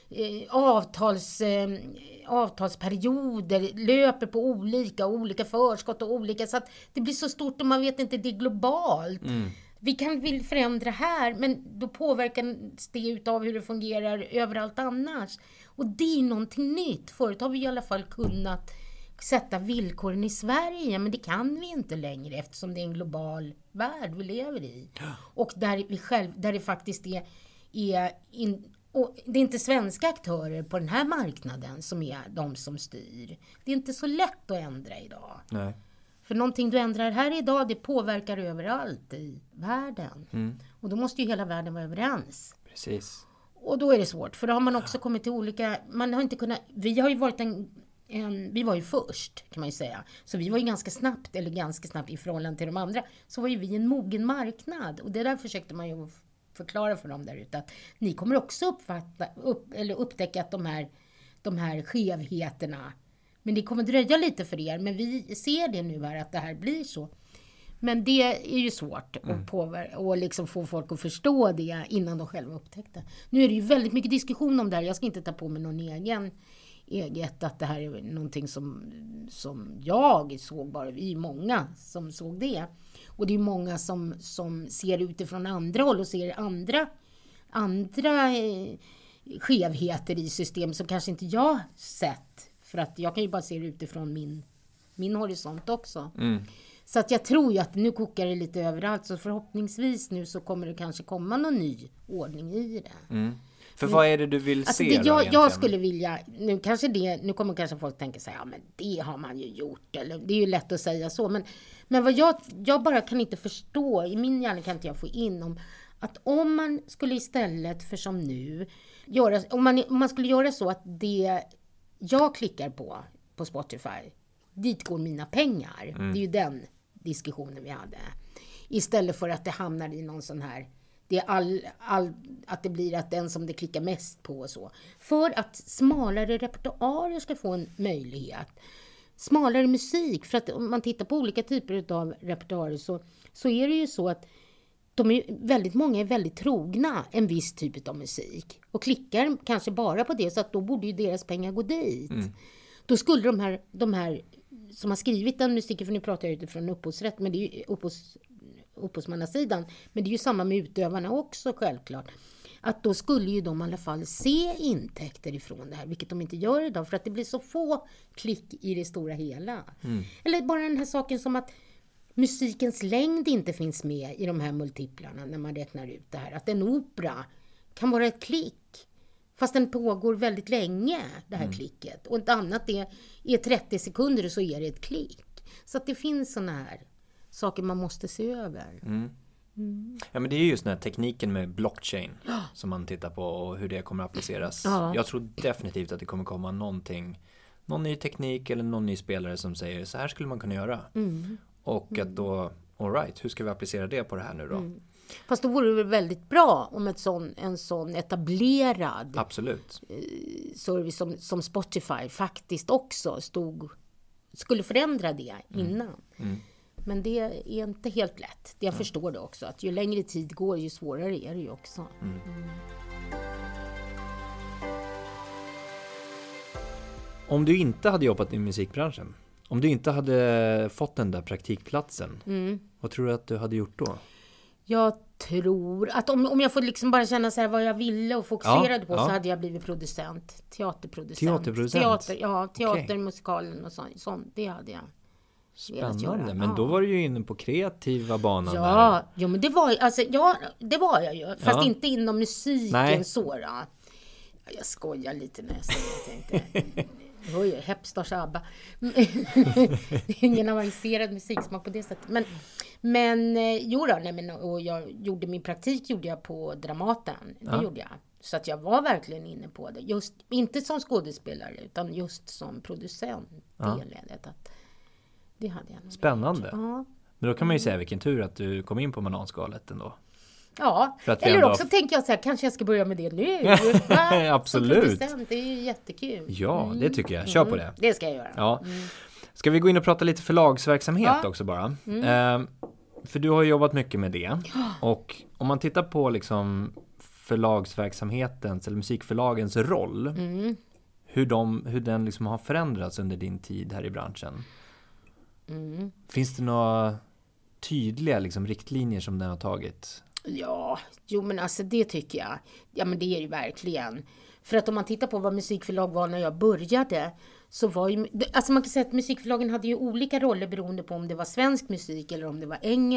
avtalsperioder löper på olika förskott och olika, så att det blir så stort och man vet inte, det är globalt. Vi vill förändra här, men då påverkas det utav hur det fungerar överallt annars. Och det är någonting nytt. Förut har vi i alla fall kunnat sätta villkoren i Sverige, men det kan vi inte längre eftersom det är en global värld vi lever i. Och där det faktiskt och det är inte svenska aktörer på den här marknaden som är de som styr. Det är inte så lätt att ändra idag. Nej. För någonting du ändrar här idag, det påverkar överallt i världen. Och då måste ju hela världen vara överens. Precis. Och då är det svårt, för då har man också kommit till olika, man har inte kunnat, vi har ju varit vi var ju först kan man ju säga. Så vi var ju ganska snabbt i förhållande till de andra. Så var ju vi en mogen marknad. Och det där försökte man ju förklara för dem där ute. Att ni kommer också upptäcka att de här skevheterna. Men det kommer dröja lite för er. Men vi ser det nu här att det här blir så. Men det är ju svårt att liksom få folk att förstå det innan de själva upptäckte. Nu är det ju väldigt mycket diskussion om det här. Jag ska inte ta på mig någon eget att det här är någonting som jag såg, bara vi är många som såg det. Och det är många som ser utifrån andra håll och ser andra skevheter i system som kanske inte jag sett. För att jag kan ju bara se det utifrån min horisont också. Så att jag tror ju att nu kokar det lite överallt. Så förhoppningsvis nu så kommer det kanske komma någon ny ordning i det. För vad är det du vill alltså se? Jag skulle vilja, nu kommer kanske folk tänka så här, ja men det har man ju gjort. Eller, det är ju lätt att säga så. Men vad jag bara kan inte förstå, i min hjärna kan inte jag få in om att om man skulle istället för som nu, om man skulle göra så att det jag klickar på Spotify, dit går mina pengar. Det är ju den diskussionen vi hade. Istället för att det hamnar i någon sån här, det är att det blir att den som det klickar mest på och så. För att smalare repertoarer ska få en möjlighet. Smalare musik. För att om man tittar på olika typer av repertoarer så är det ju så att väldigt många är väldigt trogna en viss typ av musik. Och klickar kanske bara på det, så att då borde ju deras pengar gå dit. Då skulle de här som har skrivit den musiken, för nu pratar jag utifrån upphovsrätt, men det är ju upphovsmannasidan, men det är ju samma med utövarna också självklart. Att då skulle ju de i alla fall se intäkter ifrån det här, vilket de inte gör idag, för att det blir så få klick i det stora hela. Eller bara den här saken som att musikens längd inte finns med i de här multiplarna när man räknar ut det här. Att en opera kan vara ett klick, fast den pågår väldigt länge, det här klicket. Och ett annat är 30 sekunder så är det ett klick. Så att det finns såna här saker man måste se över. Ja, men det är ju just den här tekniken med blockchain som man tittar på och hur det kommer att appliceras. Jag tror definitivt att det kommer komma någon ny teknik eller någon ny spelare som säger så här skulle man kunna göra. Och att då, all right, hur ska vi applicera det på det här nu då? Fast då vore det väl väldigt bra om en sån etablerad service som Spotify faktiskt också skulle förändra det innan. Men det är inte helt lätt. Jag förstår det också. Att ju längre tid går, ju svårare är det ju också. Om du inte hade jobbat i musikbranschen, om du inte hade fått den där praktikplatsen, vad tror du att du hade gjort då? Jag tror att om jag får liksom bara känna så här vad jag ville och fokuserade på, så hade jag blivit producent. Teaterproducent. Teatermusikalen och sånt. Det hade jag. Spännande, men då var du ju inne på kreativa banan. Ja, men det var jag ju. Fast inte inom musiken så då. Jag skojar lite när jag säger jag tänkte. Det var ju Hepstars ABBA. Ingen avancerad musiksmak på det sättet. Men och jag gjorde min praktik på Dramaten. Det gjorde jag. Så att jag var verkligen inne på det. Just, inte som skådespelare utan just som producent. Det hade jag nog. Spännande. Ja. Men då kan man ju säga vilken tur att du kom in på Bananskalet ändå. Ja, eller också tänker jag så här, kanske jag ska börja med det nu. Absolut. Det är ju jättekul. Ja, det tycker jag. Kör på det. Det ska jag göra. Ja. Ska vi gå in och prata lite förlagsverksamhet också bara? För du har jobbat mycket med det. Och om man tittar på liksom förlagsverksamhetens eller musikförlagens roll, hur den liksom har förändrats under din tid här i branschen. Finns det några tydliga liksom riktlinjer som den har tagit? Ja, men alltså det tycker jag. Ja, men det är ju verkligen. För att om man tittar på vad musikförlag var när jag började, så var ju, alltså man kan säga att musikförlagen hade ju olika roller beroende på om det var svensk musik eller om det var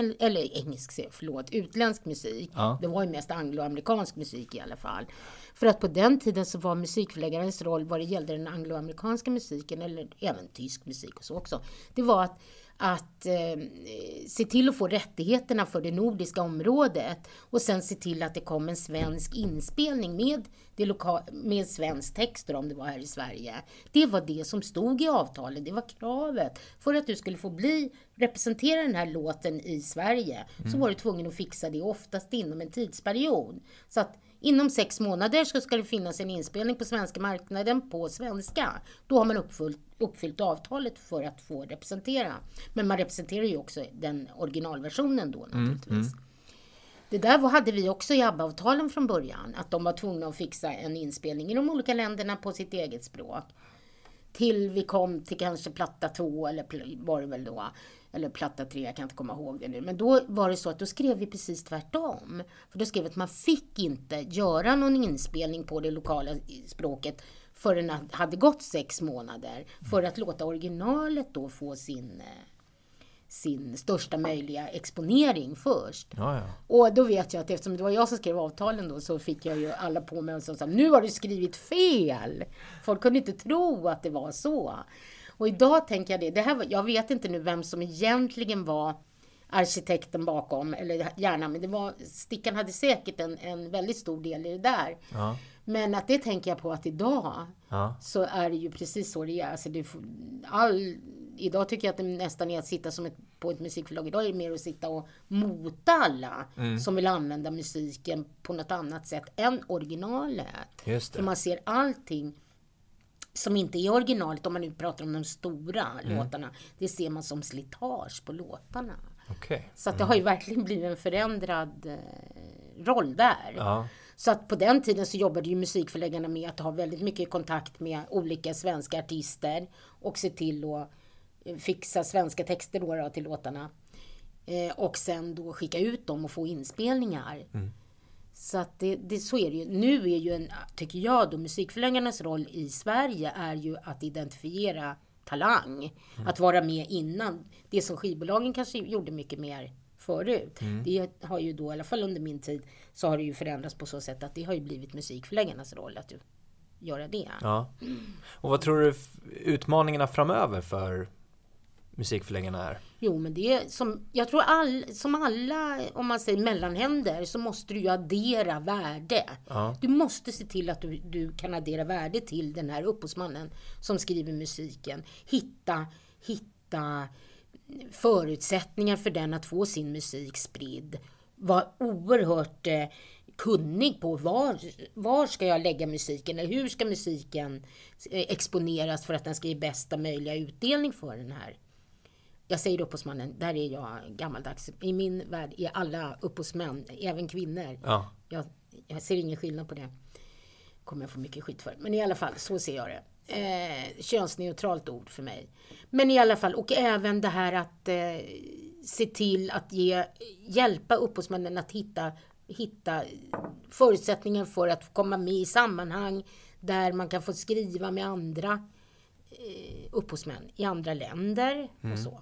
utländsk musik. Ja. Det var ju mest angloamerikansk musik i alla fall. För att på den tiden så var musikförläggarens roll vad det gällde den angloamerikanska musiken eller även tysk musik och så också. Det var att se till att få rättigheterna för det nordiska området och sen se till att det kom en svensk inspelning med svensk text om det var här i Sverige. Det var det som stod i avtalet, det var kravet. För att du skulle få representera den här låten i Sverige så var du tvungen att fixa det oftast inom en tidsperiod. Så att inom 6 månader så ska det finnas en inspelning på svenska marknaden på svenska. Då har man uppfyllt avtalet för att få representera. Men man representerar ju också den originalversionen då naturligtvis. Det där hade vi också i ABBA-avtalen från början. Att de var tvungna att fixa en inspelning i de olika länderna på sitt eget språk. Till vi kom till kanske platta 2 eller var det väl då. Eller platta 3, jag kan inte komma ihåg det nu. Men då var det så att då skrev vi precis tvärtom. För då skrev vi att man fick inte göra någon inspelning på det lokala språket förrän det hade gått 6 månader. För att låta originalet då få sin största möjliga exponering först. Ja. Och då vet jag att eftersom det var jag som skrev avtalen då så fick jag ju alla på mig och sa nu har du skrivit fel. Folk kunde inte tro att det var så. Och idag tänker jag det här, jag vet inte nu vem som egentligen var arkitekten bakom, eller gärna, men Stickan hade säkert en väldigt stor del i det där. Ja. Men att det tänker jag på att idag så är det ju precis så det är. Alltså idag tycker jag att det nästan är att sitta på ett musikförlag. Idag är det mer att sitta och mota alla som vill använda musiken på något annat sätt än originalet. Just det. För man ser allting som inte är originalet, om man nu pratar om de stora låtarna, det ser man som slitage på låtarna. Okay. Så att det har ju verkligen blivit en förändrad roll där. Ja. Så att på den tiden så jobbade ju musikförläggarna med att ha väldigt mycket kontakt med olika svenska artister och se till att fixa svenska texter då till låtarna. Och sen då skicka ut dem och få inspelningar. Så att så är det ju. Nu är ju tycker jag då, musikförläggarnas roll i Sverige är ju att identifiera talang. Att vara med innan. Det som skivbolagen kanske gjorde mycket mer förut. Det har ju då, i alla fall under min tid, så har det ju förändrats på så sätt att det har ju blivit musikförläggarnas roll att göra det. Ja. Och vad tror du utmaningarna framöver för musikförläggarna är? Jo, men det är jag tror som alla, om man säger mellanhänder, så måste du ju addera värde. Ja. Du måste se till att du kan addera värde till den här upphovsmannen som skriver musiken. Hitta förutsättningar för den att få sin musik spridd. Var oerhört kunnig på var ska jag lägga musiken, eller hur ska musiken exponeras för att den ska ge bästa möjliga utdelning för den här. Jag säger upphovsmannen, där är jag gammaldags. I min värld är alla upphovsmän, även kvinnor. Ja. Jag ser ingen skillnad på det. Kommer jag få mycket skit för. Men i alla fall, så ser jag det. Könsneutralt ord för mig. Men i alla fall, och även det här att se till att hjälpa upphovsmännen att hitta förutsättningar för att komma med i sammanhang där man kan få skriva med andra upphovsmän i andra länder och så.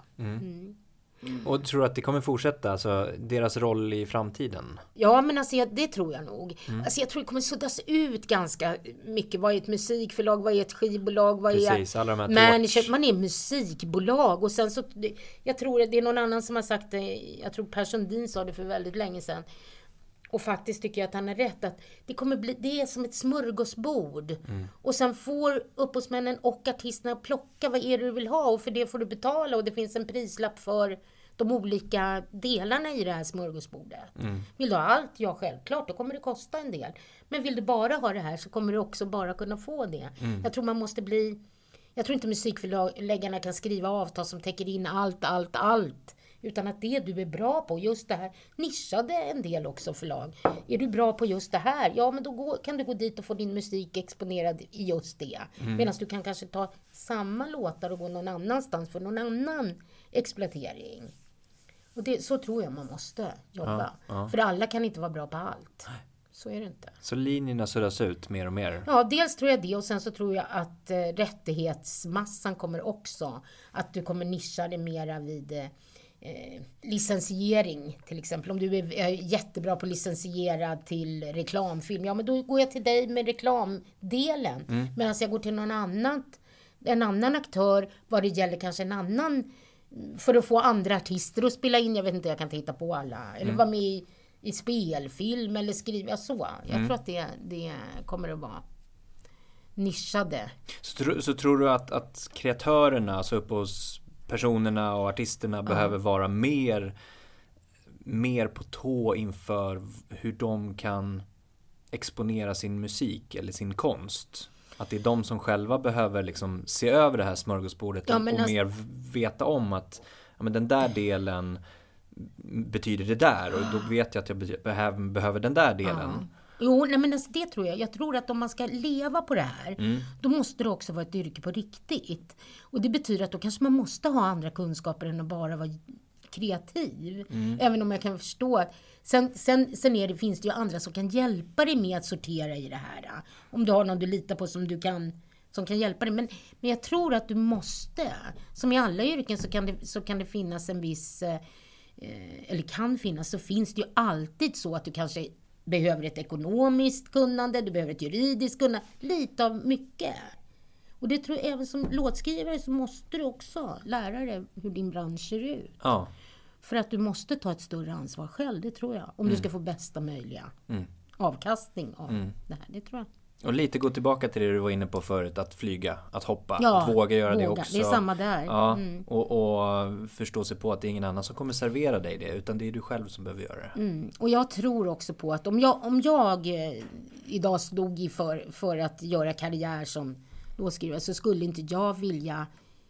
Och tror du att det kommer fortsätta, alltså deras roll i framtiden? Ja, men alltså det tror jag nog. Alltså jag tror det kommer suddas ut ganska mycket. Vad är ett musikförlag, vad är ett skivbolag, vad precis, är alla de här manager? Man är musikbolag. Och sen så, jag tror det är någon annan som har sagt det, jag tror Per Sundin sa det för väldigt länge sedan. Och faktiskt tycker jag att han är rätt, att det är som ett smörgåsbord. Och sen får upphovsmännen och artisterna plocka vad är det du vill ha, och för det får du betala, och det finns en prislapp för de olika delarna i det här smörgåsbordet. Vill du ha allt? Ja, självklart, då kommer det kosta en del. Men vill du bara ha det här så kommer du också bara kunna få det. Jag tror jag tror inte musikförläggarna kan skriva avtal som täcker in allt. Utan att det du är bra på, just det här, nischade en del också förlag. Är du bra på just det här? Ja, men då kan du gå dit och få din musik exponerad i just det. Medan du kan kanske ta samma låtar och gå någon annanstans för någon annan exploatering. Och så tror jag man måste jobba. Ja. För alla kan inte vara bra på allt. Så är det inte. Så linjerna suddas ut mer och mer? Ja, dels tror jag det, och sen så tror jag att rättighetsmassan kommer också. Att du kommer nischa det mera vid licensiering till exempel. Om du är jättebra på licensierad till reklamfilm, ja men då går jag till dig med reklamdelen. Medan jag går till en annan aktör vad det gäller kanske en annan för att få andra artister att spela in. Jag vet inte, jag kan inte hitta på alla. Eller vara med i spelfilm eller skriva så. Jag tror att det kommer att vara nischade. Så tror du att kreatörerna, alltså upphovspersonerna och artisterna behöver vara mer på tå inför hur de kan exponera sin musik eller sin konst? Att det är de som själva behöver liksom se över det här smörgåsbordet och mer veta om att men den där delen betyder det där, och då vet jag att jag behöver den där delen. Jo, nej, men alltså, det tror jag. Jag tror att om man ska leva på det här, då måste det också vara ett yrke på riktigt. Och det betyder att då kanske man måste ha andra kunskaper än att bara vara kreativ. Även om jag kan förstå att sen finns det ju andra som kan hjälpa dig med att sortera i det här. Om du har någon du litar på som kan hjälpa dig. Men jag tror att du måste, som i alla yrken så kan det finnas en viss eller kan finnas, så finns det ju alltid så att du kanske behöver ett ekonomiskt kunnande, du behöver ett juridiskt kunnande, lite av mycket. Och det tror jag, även som låtskrivare så måste du också lära dig hur din bransch ser ut. Ja. För att du måste ta ett större ansvar själv, det tror jag. Om du ska få bästa möjliga avkastning av det här, det tror jag. Och lite gå tillbaka till det du var inne på förut, att flyga, att hoppa, att våga göra det också. Det är samma där. Ja, och förstå sig på att det är ingen annan som kommer servera dig det, utan det är du själv som behöver göra det. Och jag tror också på att om jag idag stod för att göra karriär som låtskrivare, så skulle inte jag vilja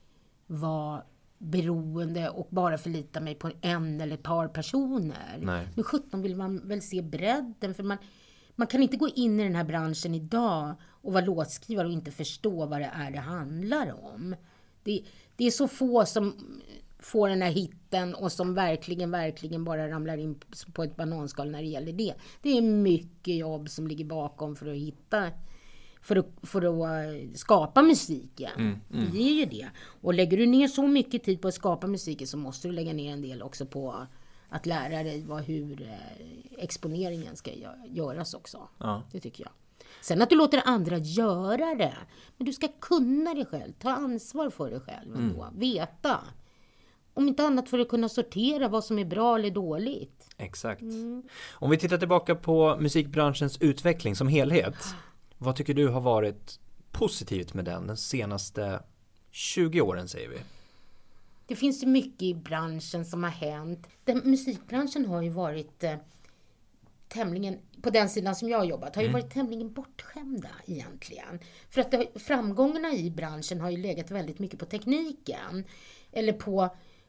vara beroende och bara förlita mig på en eller ett par personer. Nej. Nu 17 vill man väl se bredden, för man kan inte gå in i den här branschen idag och vara låtskrivare och inte förstå vad det handlar om. Det är så få som får den här hitten och som verkligen bara ramlar in på ett bananskal när det gäller det. Det är mycket jobb som ligger bakom för att hitta, för att skapa musiken. Det är ju det. Och lägger du ner så mycket tid på att skapa musiken, så måste du lägga ner en del också på att lära dig hur exponeringen ska göras också. Ja. Det tycker jag. Sen att du låter andra göra det. Men du ska kunna det själv. Ta ansvar för det själv ändå. Veta. Om inte annat för att kunna sortera vad som är bra eller dåligt. Exakt. Om vi tittar tillbaka på musikbranschens utveckling som helhet. Vad tycker du har varit positivt med den senaste 20 åren, säger vi? Det finns ju mycket i branschen som har hänt. Musikbranschen har ju varit tämligen, på den sidan som jag har jobbat, har ju varit tämligen bortskämda egentligen. För att framgångarna i branschen har ju legat väldigt mycket på tekniken. Eller på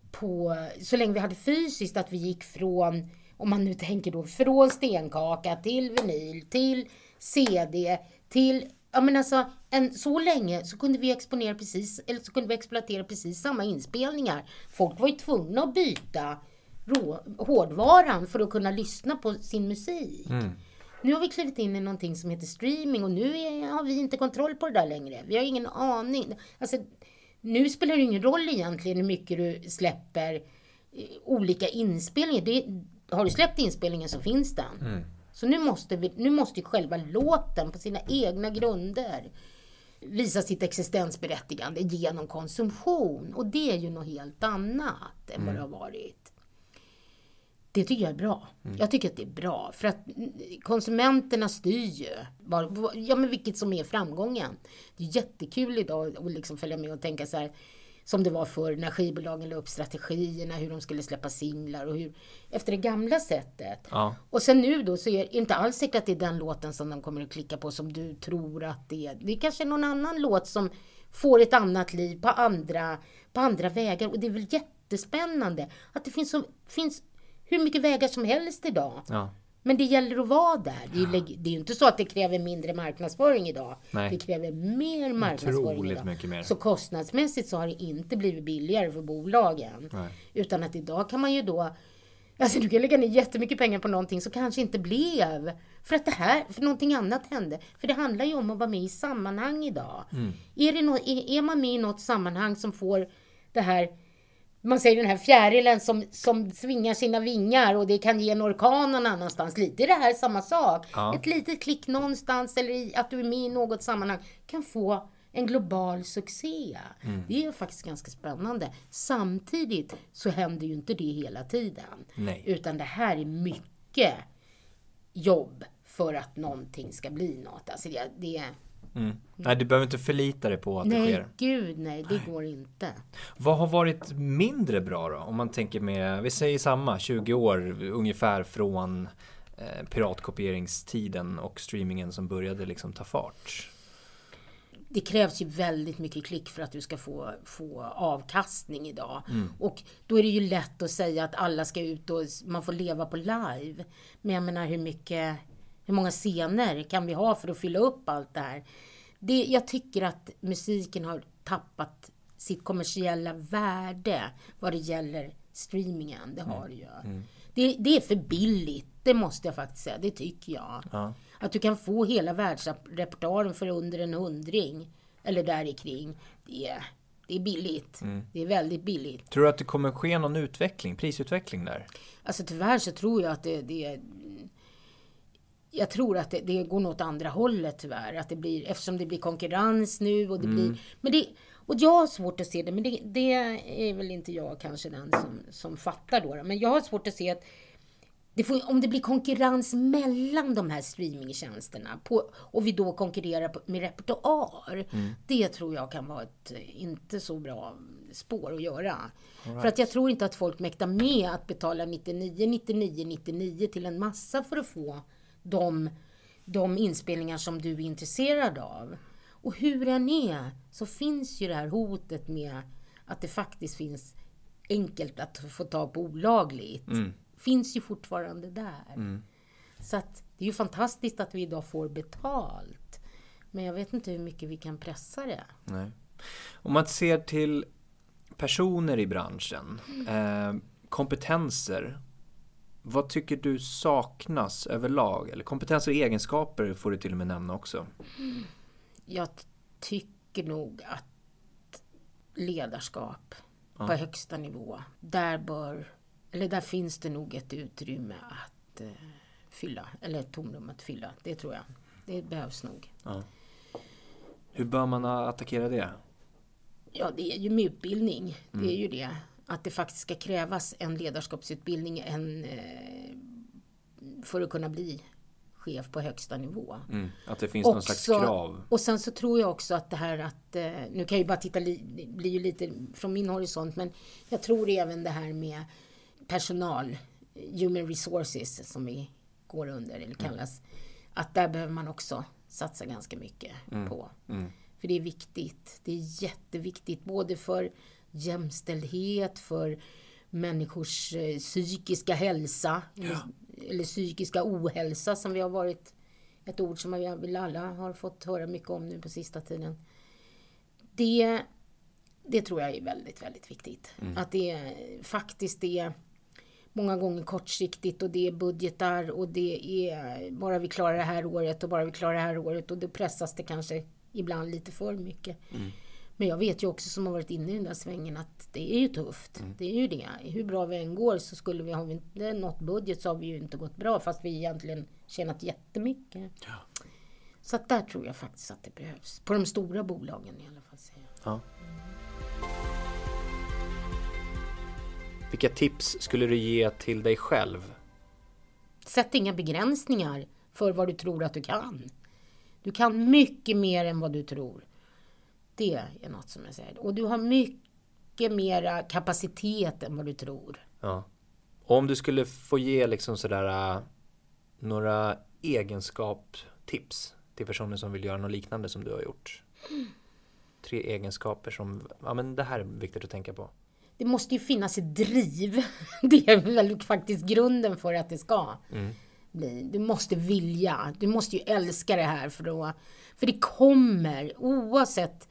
så länge vi hade fysiskt, att vi gick från, om man nu tänker då, från stenkaka till vinyl, till CD, till, ja men alltså, så länge så kunde vi exploatera precis samma inspelningar. Folk var ju tvungna att byta hårdvaran för att kunna lyssna på sin musik. Nu har vi klivit in i någonting som heter streaming, och nu har vi inte kontroll på det där längre. Vi har ingen aning. Alltså, nu spelar det ingen roll egentligen hur mycket du släpper olika inspelningar. Har du släppt inspelningen så finns den. Så nu måste ju själva låten på sina egna grunder visa sitt existensberättigande genom konsumtion. Och det är ju något helt annat än vad det har varit. Det tycker jag är bra. Jag tycker att det är bra. För att konsumenterna styr ju men vilket som är framgången. Det är jättekul idag att liksom följa med och tänka så här, som det var förr när skivbolagen la upp strategierna, hur de skulle släppa singlar och hur, efter det gamla sättet. Ja. Och sen nu då så är det inte alls säkert att det är den låten som de kommer att klicka på som du tror att det är. Det är kanske någon annan låt som får ett annat liv på andra vägar. Och det är väl jättespännande att det finns hur mycket vägar som helst idag. Ja. Men det gäller att vara där. Det är ju inte så att det kräver mindre marknadsföring idag. Nej. Det kräver mer marknadsföring idag. Mycket mer. Så kostnadsmässigt så har det inte blivit billigare för bolagen. Nej. Utan att idag kan man ju då, alltså du kan lägga ner jättemycket pengar på någonting som kanske inte blev. För någonting annat hände. För det handlar ju om att vara med i sammanhang idag. Är man med i något sammanhang som får det här, man säger den här fjärilen som svingar sina vingar och det kan ge en orkan någon annanstans. Lite är det här samma sak. Ja. Ett litet klick någonstans eller att du är med i något sammanhang kan få en global succé. Det är faktiskt ganska spännande. Samtidigt så händer ju inte det hela tiden. Nej. Utan det här är mycket jobb för att någonting ska bli något. Alltså det Nej, du behöver inte förlita dig på att det sker. Nej, det går inte. Vad har varit mindre bra då? Om man tänker med, vi säger samma, 20 år ungefär från piratkopieringstiden och streamingen som började liksom ta fart. Det krävs ju väldigt mycket klick för att du ska få avkastning idag. Och då är det ju lätt att säga att alla ska ut och man får leva på live. Men jag menar hur många scener kan vi ha för att fylla upp allt det här? Jag tycker att musiken har tappat sitt kommersiella värde vad det gäller streamingen. Det har det ju. Det är för billigt, det måste jag faktiskt säga. Det tycker jag. Ja. Att du kan få hela världsrepertoaren för under en 100 eller där i kring. Det är billigt. Det är väldigt billigt. Tror du att det kommer ske någon prisutveckling där? Alltså tyvärr så tror jag att jag tror att det går något andra hållet tyvärr. Att det blir, eftersom det blir konkurrens nu och det blir... Och jag har svårt att se det, men det är väl inte jag kanske den som fattar då. Men jag har svårt att se att om det blir konkurrens mellan de här streamingtjänsterna och vi då konkurrerar med repertoar, det tror jag kan vara ett inte så bra spår att göra. Right. För att jag tror inte att folk mäktar med att betala 99 till en massa för att få de inspelningar som du är intresserad av. Och hur den är så finns ju det här hotet med att det faktiskt finns enkelt att få tag på olagligt. Finns ju fortfarande där. Så att det är ju fantastiskt att vi idag får betalt. Men jag vet inte hur mycket vi kan pressa det. Nej. Om man ser till personer i branschen, kompetenser, vad tycker du saknas överlag? Eller kompetenser och egenskaper får du till och med nämna också. Jag tycker nog att ledarskap på högsta nivå, där finns det nog ett utrymme att fylla, eller ett tomrum att fylla, det tror jag. Det behövs nog. Ja. Hur bör man attackera det? Ja, det är ju med utbildning. Det är ju det. Att det faktiskt ska krävas en ledarskapsutbildning för att kunna bli chef på högsta nivå. Att det finns någon slags krav. Och sen så tror jag också att det här att, nu kan jag ju bara titta, blir ju lite från min horisont, men jag tror även det här med personal, human resources som vi går under eller kallas, att där behöver man också satsa ganska mycket på. För det är viktigt, det är jätteviktigt både för jämställdhet, för människors psykiska hälsa eller psykiska ohälsa som vi har varit ett ord som vi alla har fått höra mycket om nu på sista tiden. Det tror jag är väldigt, väldigt viktigt. Att det faktiskt är många gånger kortsiktigt och det är budgetar och det är bara vi klarar det här året och bara vi klarar det här året och då pressas det kanske ibland lite för mycket. Men jag vet ju också som har varit inne i den där svängen att det är ju tufft. Det är ju det. Hur bra vi än går så har vi inte nått budget så har vi ju inte gått bra fast vi egentligen tjänat jättemycket. Ja. Så att där tror jag faktiskt att det behövs. På de stora bolagen i alla fall. Ja. Vilka tips skulle du ge till dig själv? Sätt inga begränsningar för vad du tror att du kan. Du kan mycket mer än vad du tror. Det är något som jag säger. Och du har mycket mera kapacitet än vad du tror. Ja. Och om du skulle få ge liksom sådär några egenskapstips till personer som vill göra något liknande som du har gjort. 3 egenskaper som, ja men det här är viktigt att tänka på. Det måste ju finnas ett driv. Det är väl faktiskt grunden för att det ska bli. Du måste vilja. Du måste ju älska det här för det kommer oavsett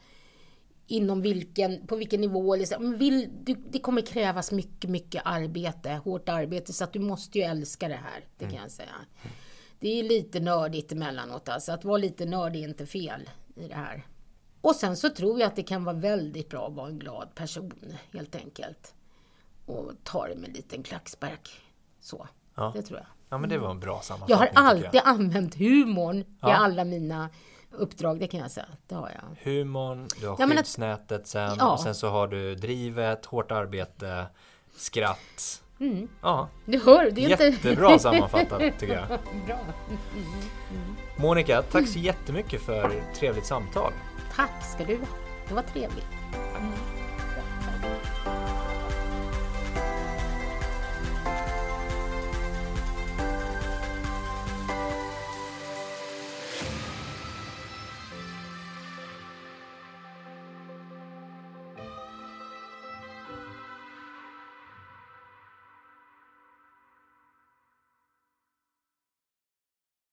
på vilken nivå eller så, det kommer krävas mycket arbete, hårt arbete, så att du måste ju älska det här, det kan jag säga. Det är lite nördigt emellanåt, alltså att vara lite nördig är inte fel i det här. Och sen så tror jag att det kan vara väldigt bra att vara en glad person, helt enkelt. Och ta det med en liten klackspark. Så, det tror jag. Ja, men det var en bra sammanfattning. Jag har alltid använt humorn i alla mina uppdrag, det kan jag säga. Det har jag. Humorn, du har skyddsnätet sen, ja. och sen så har du drivet, hårt arbete, skratt. Ja. Du hör, det är jättebra sammanfattat tycker jag. Bra. Monica, tack så jättemycket för trevligt samtal. Tack ska du ha. Det var trevligt.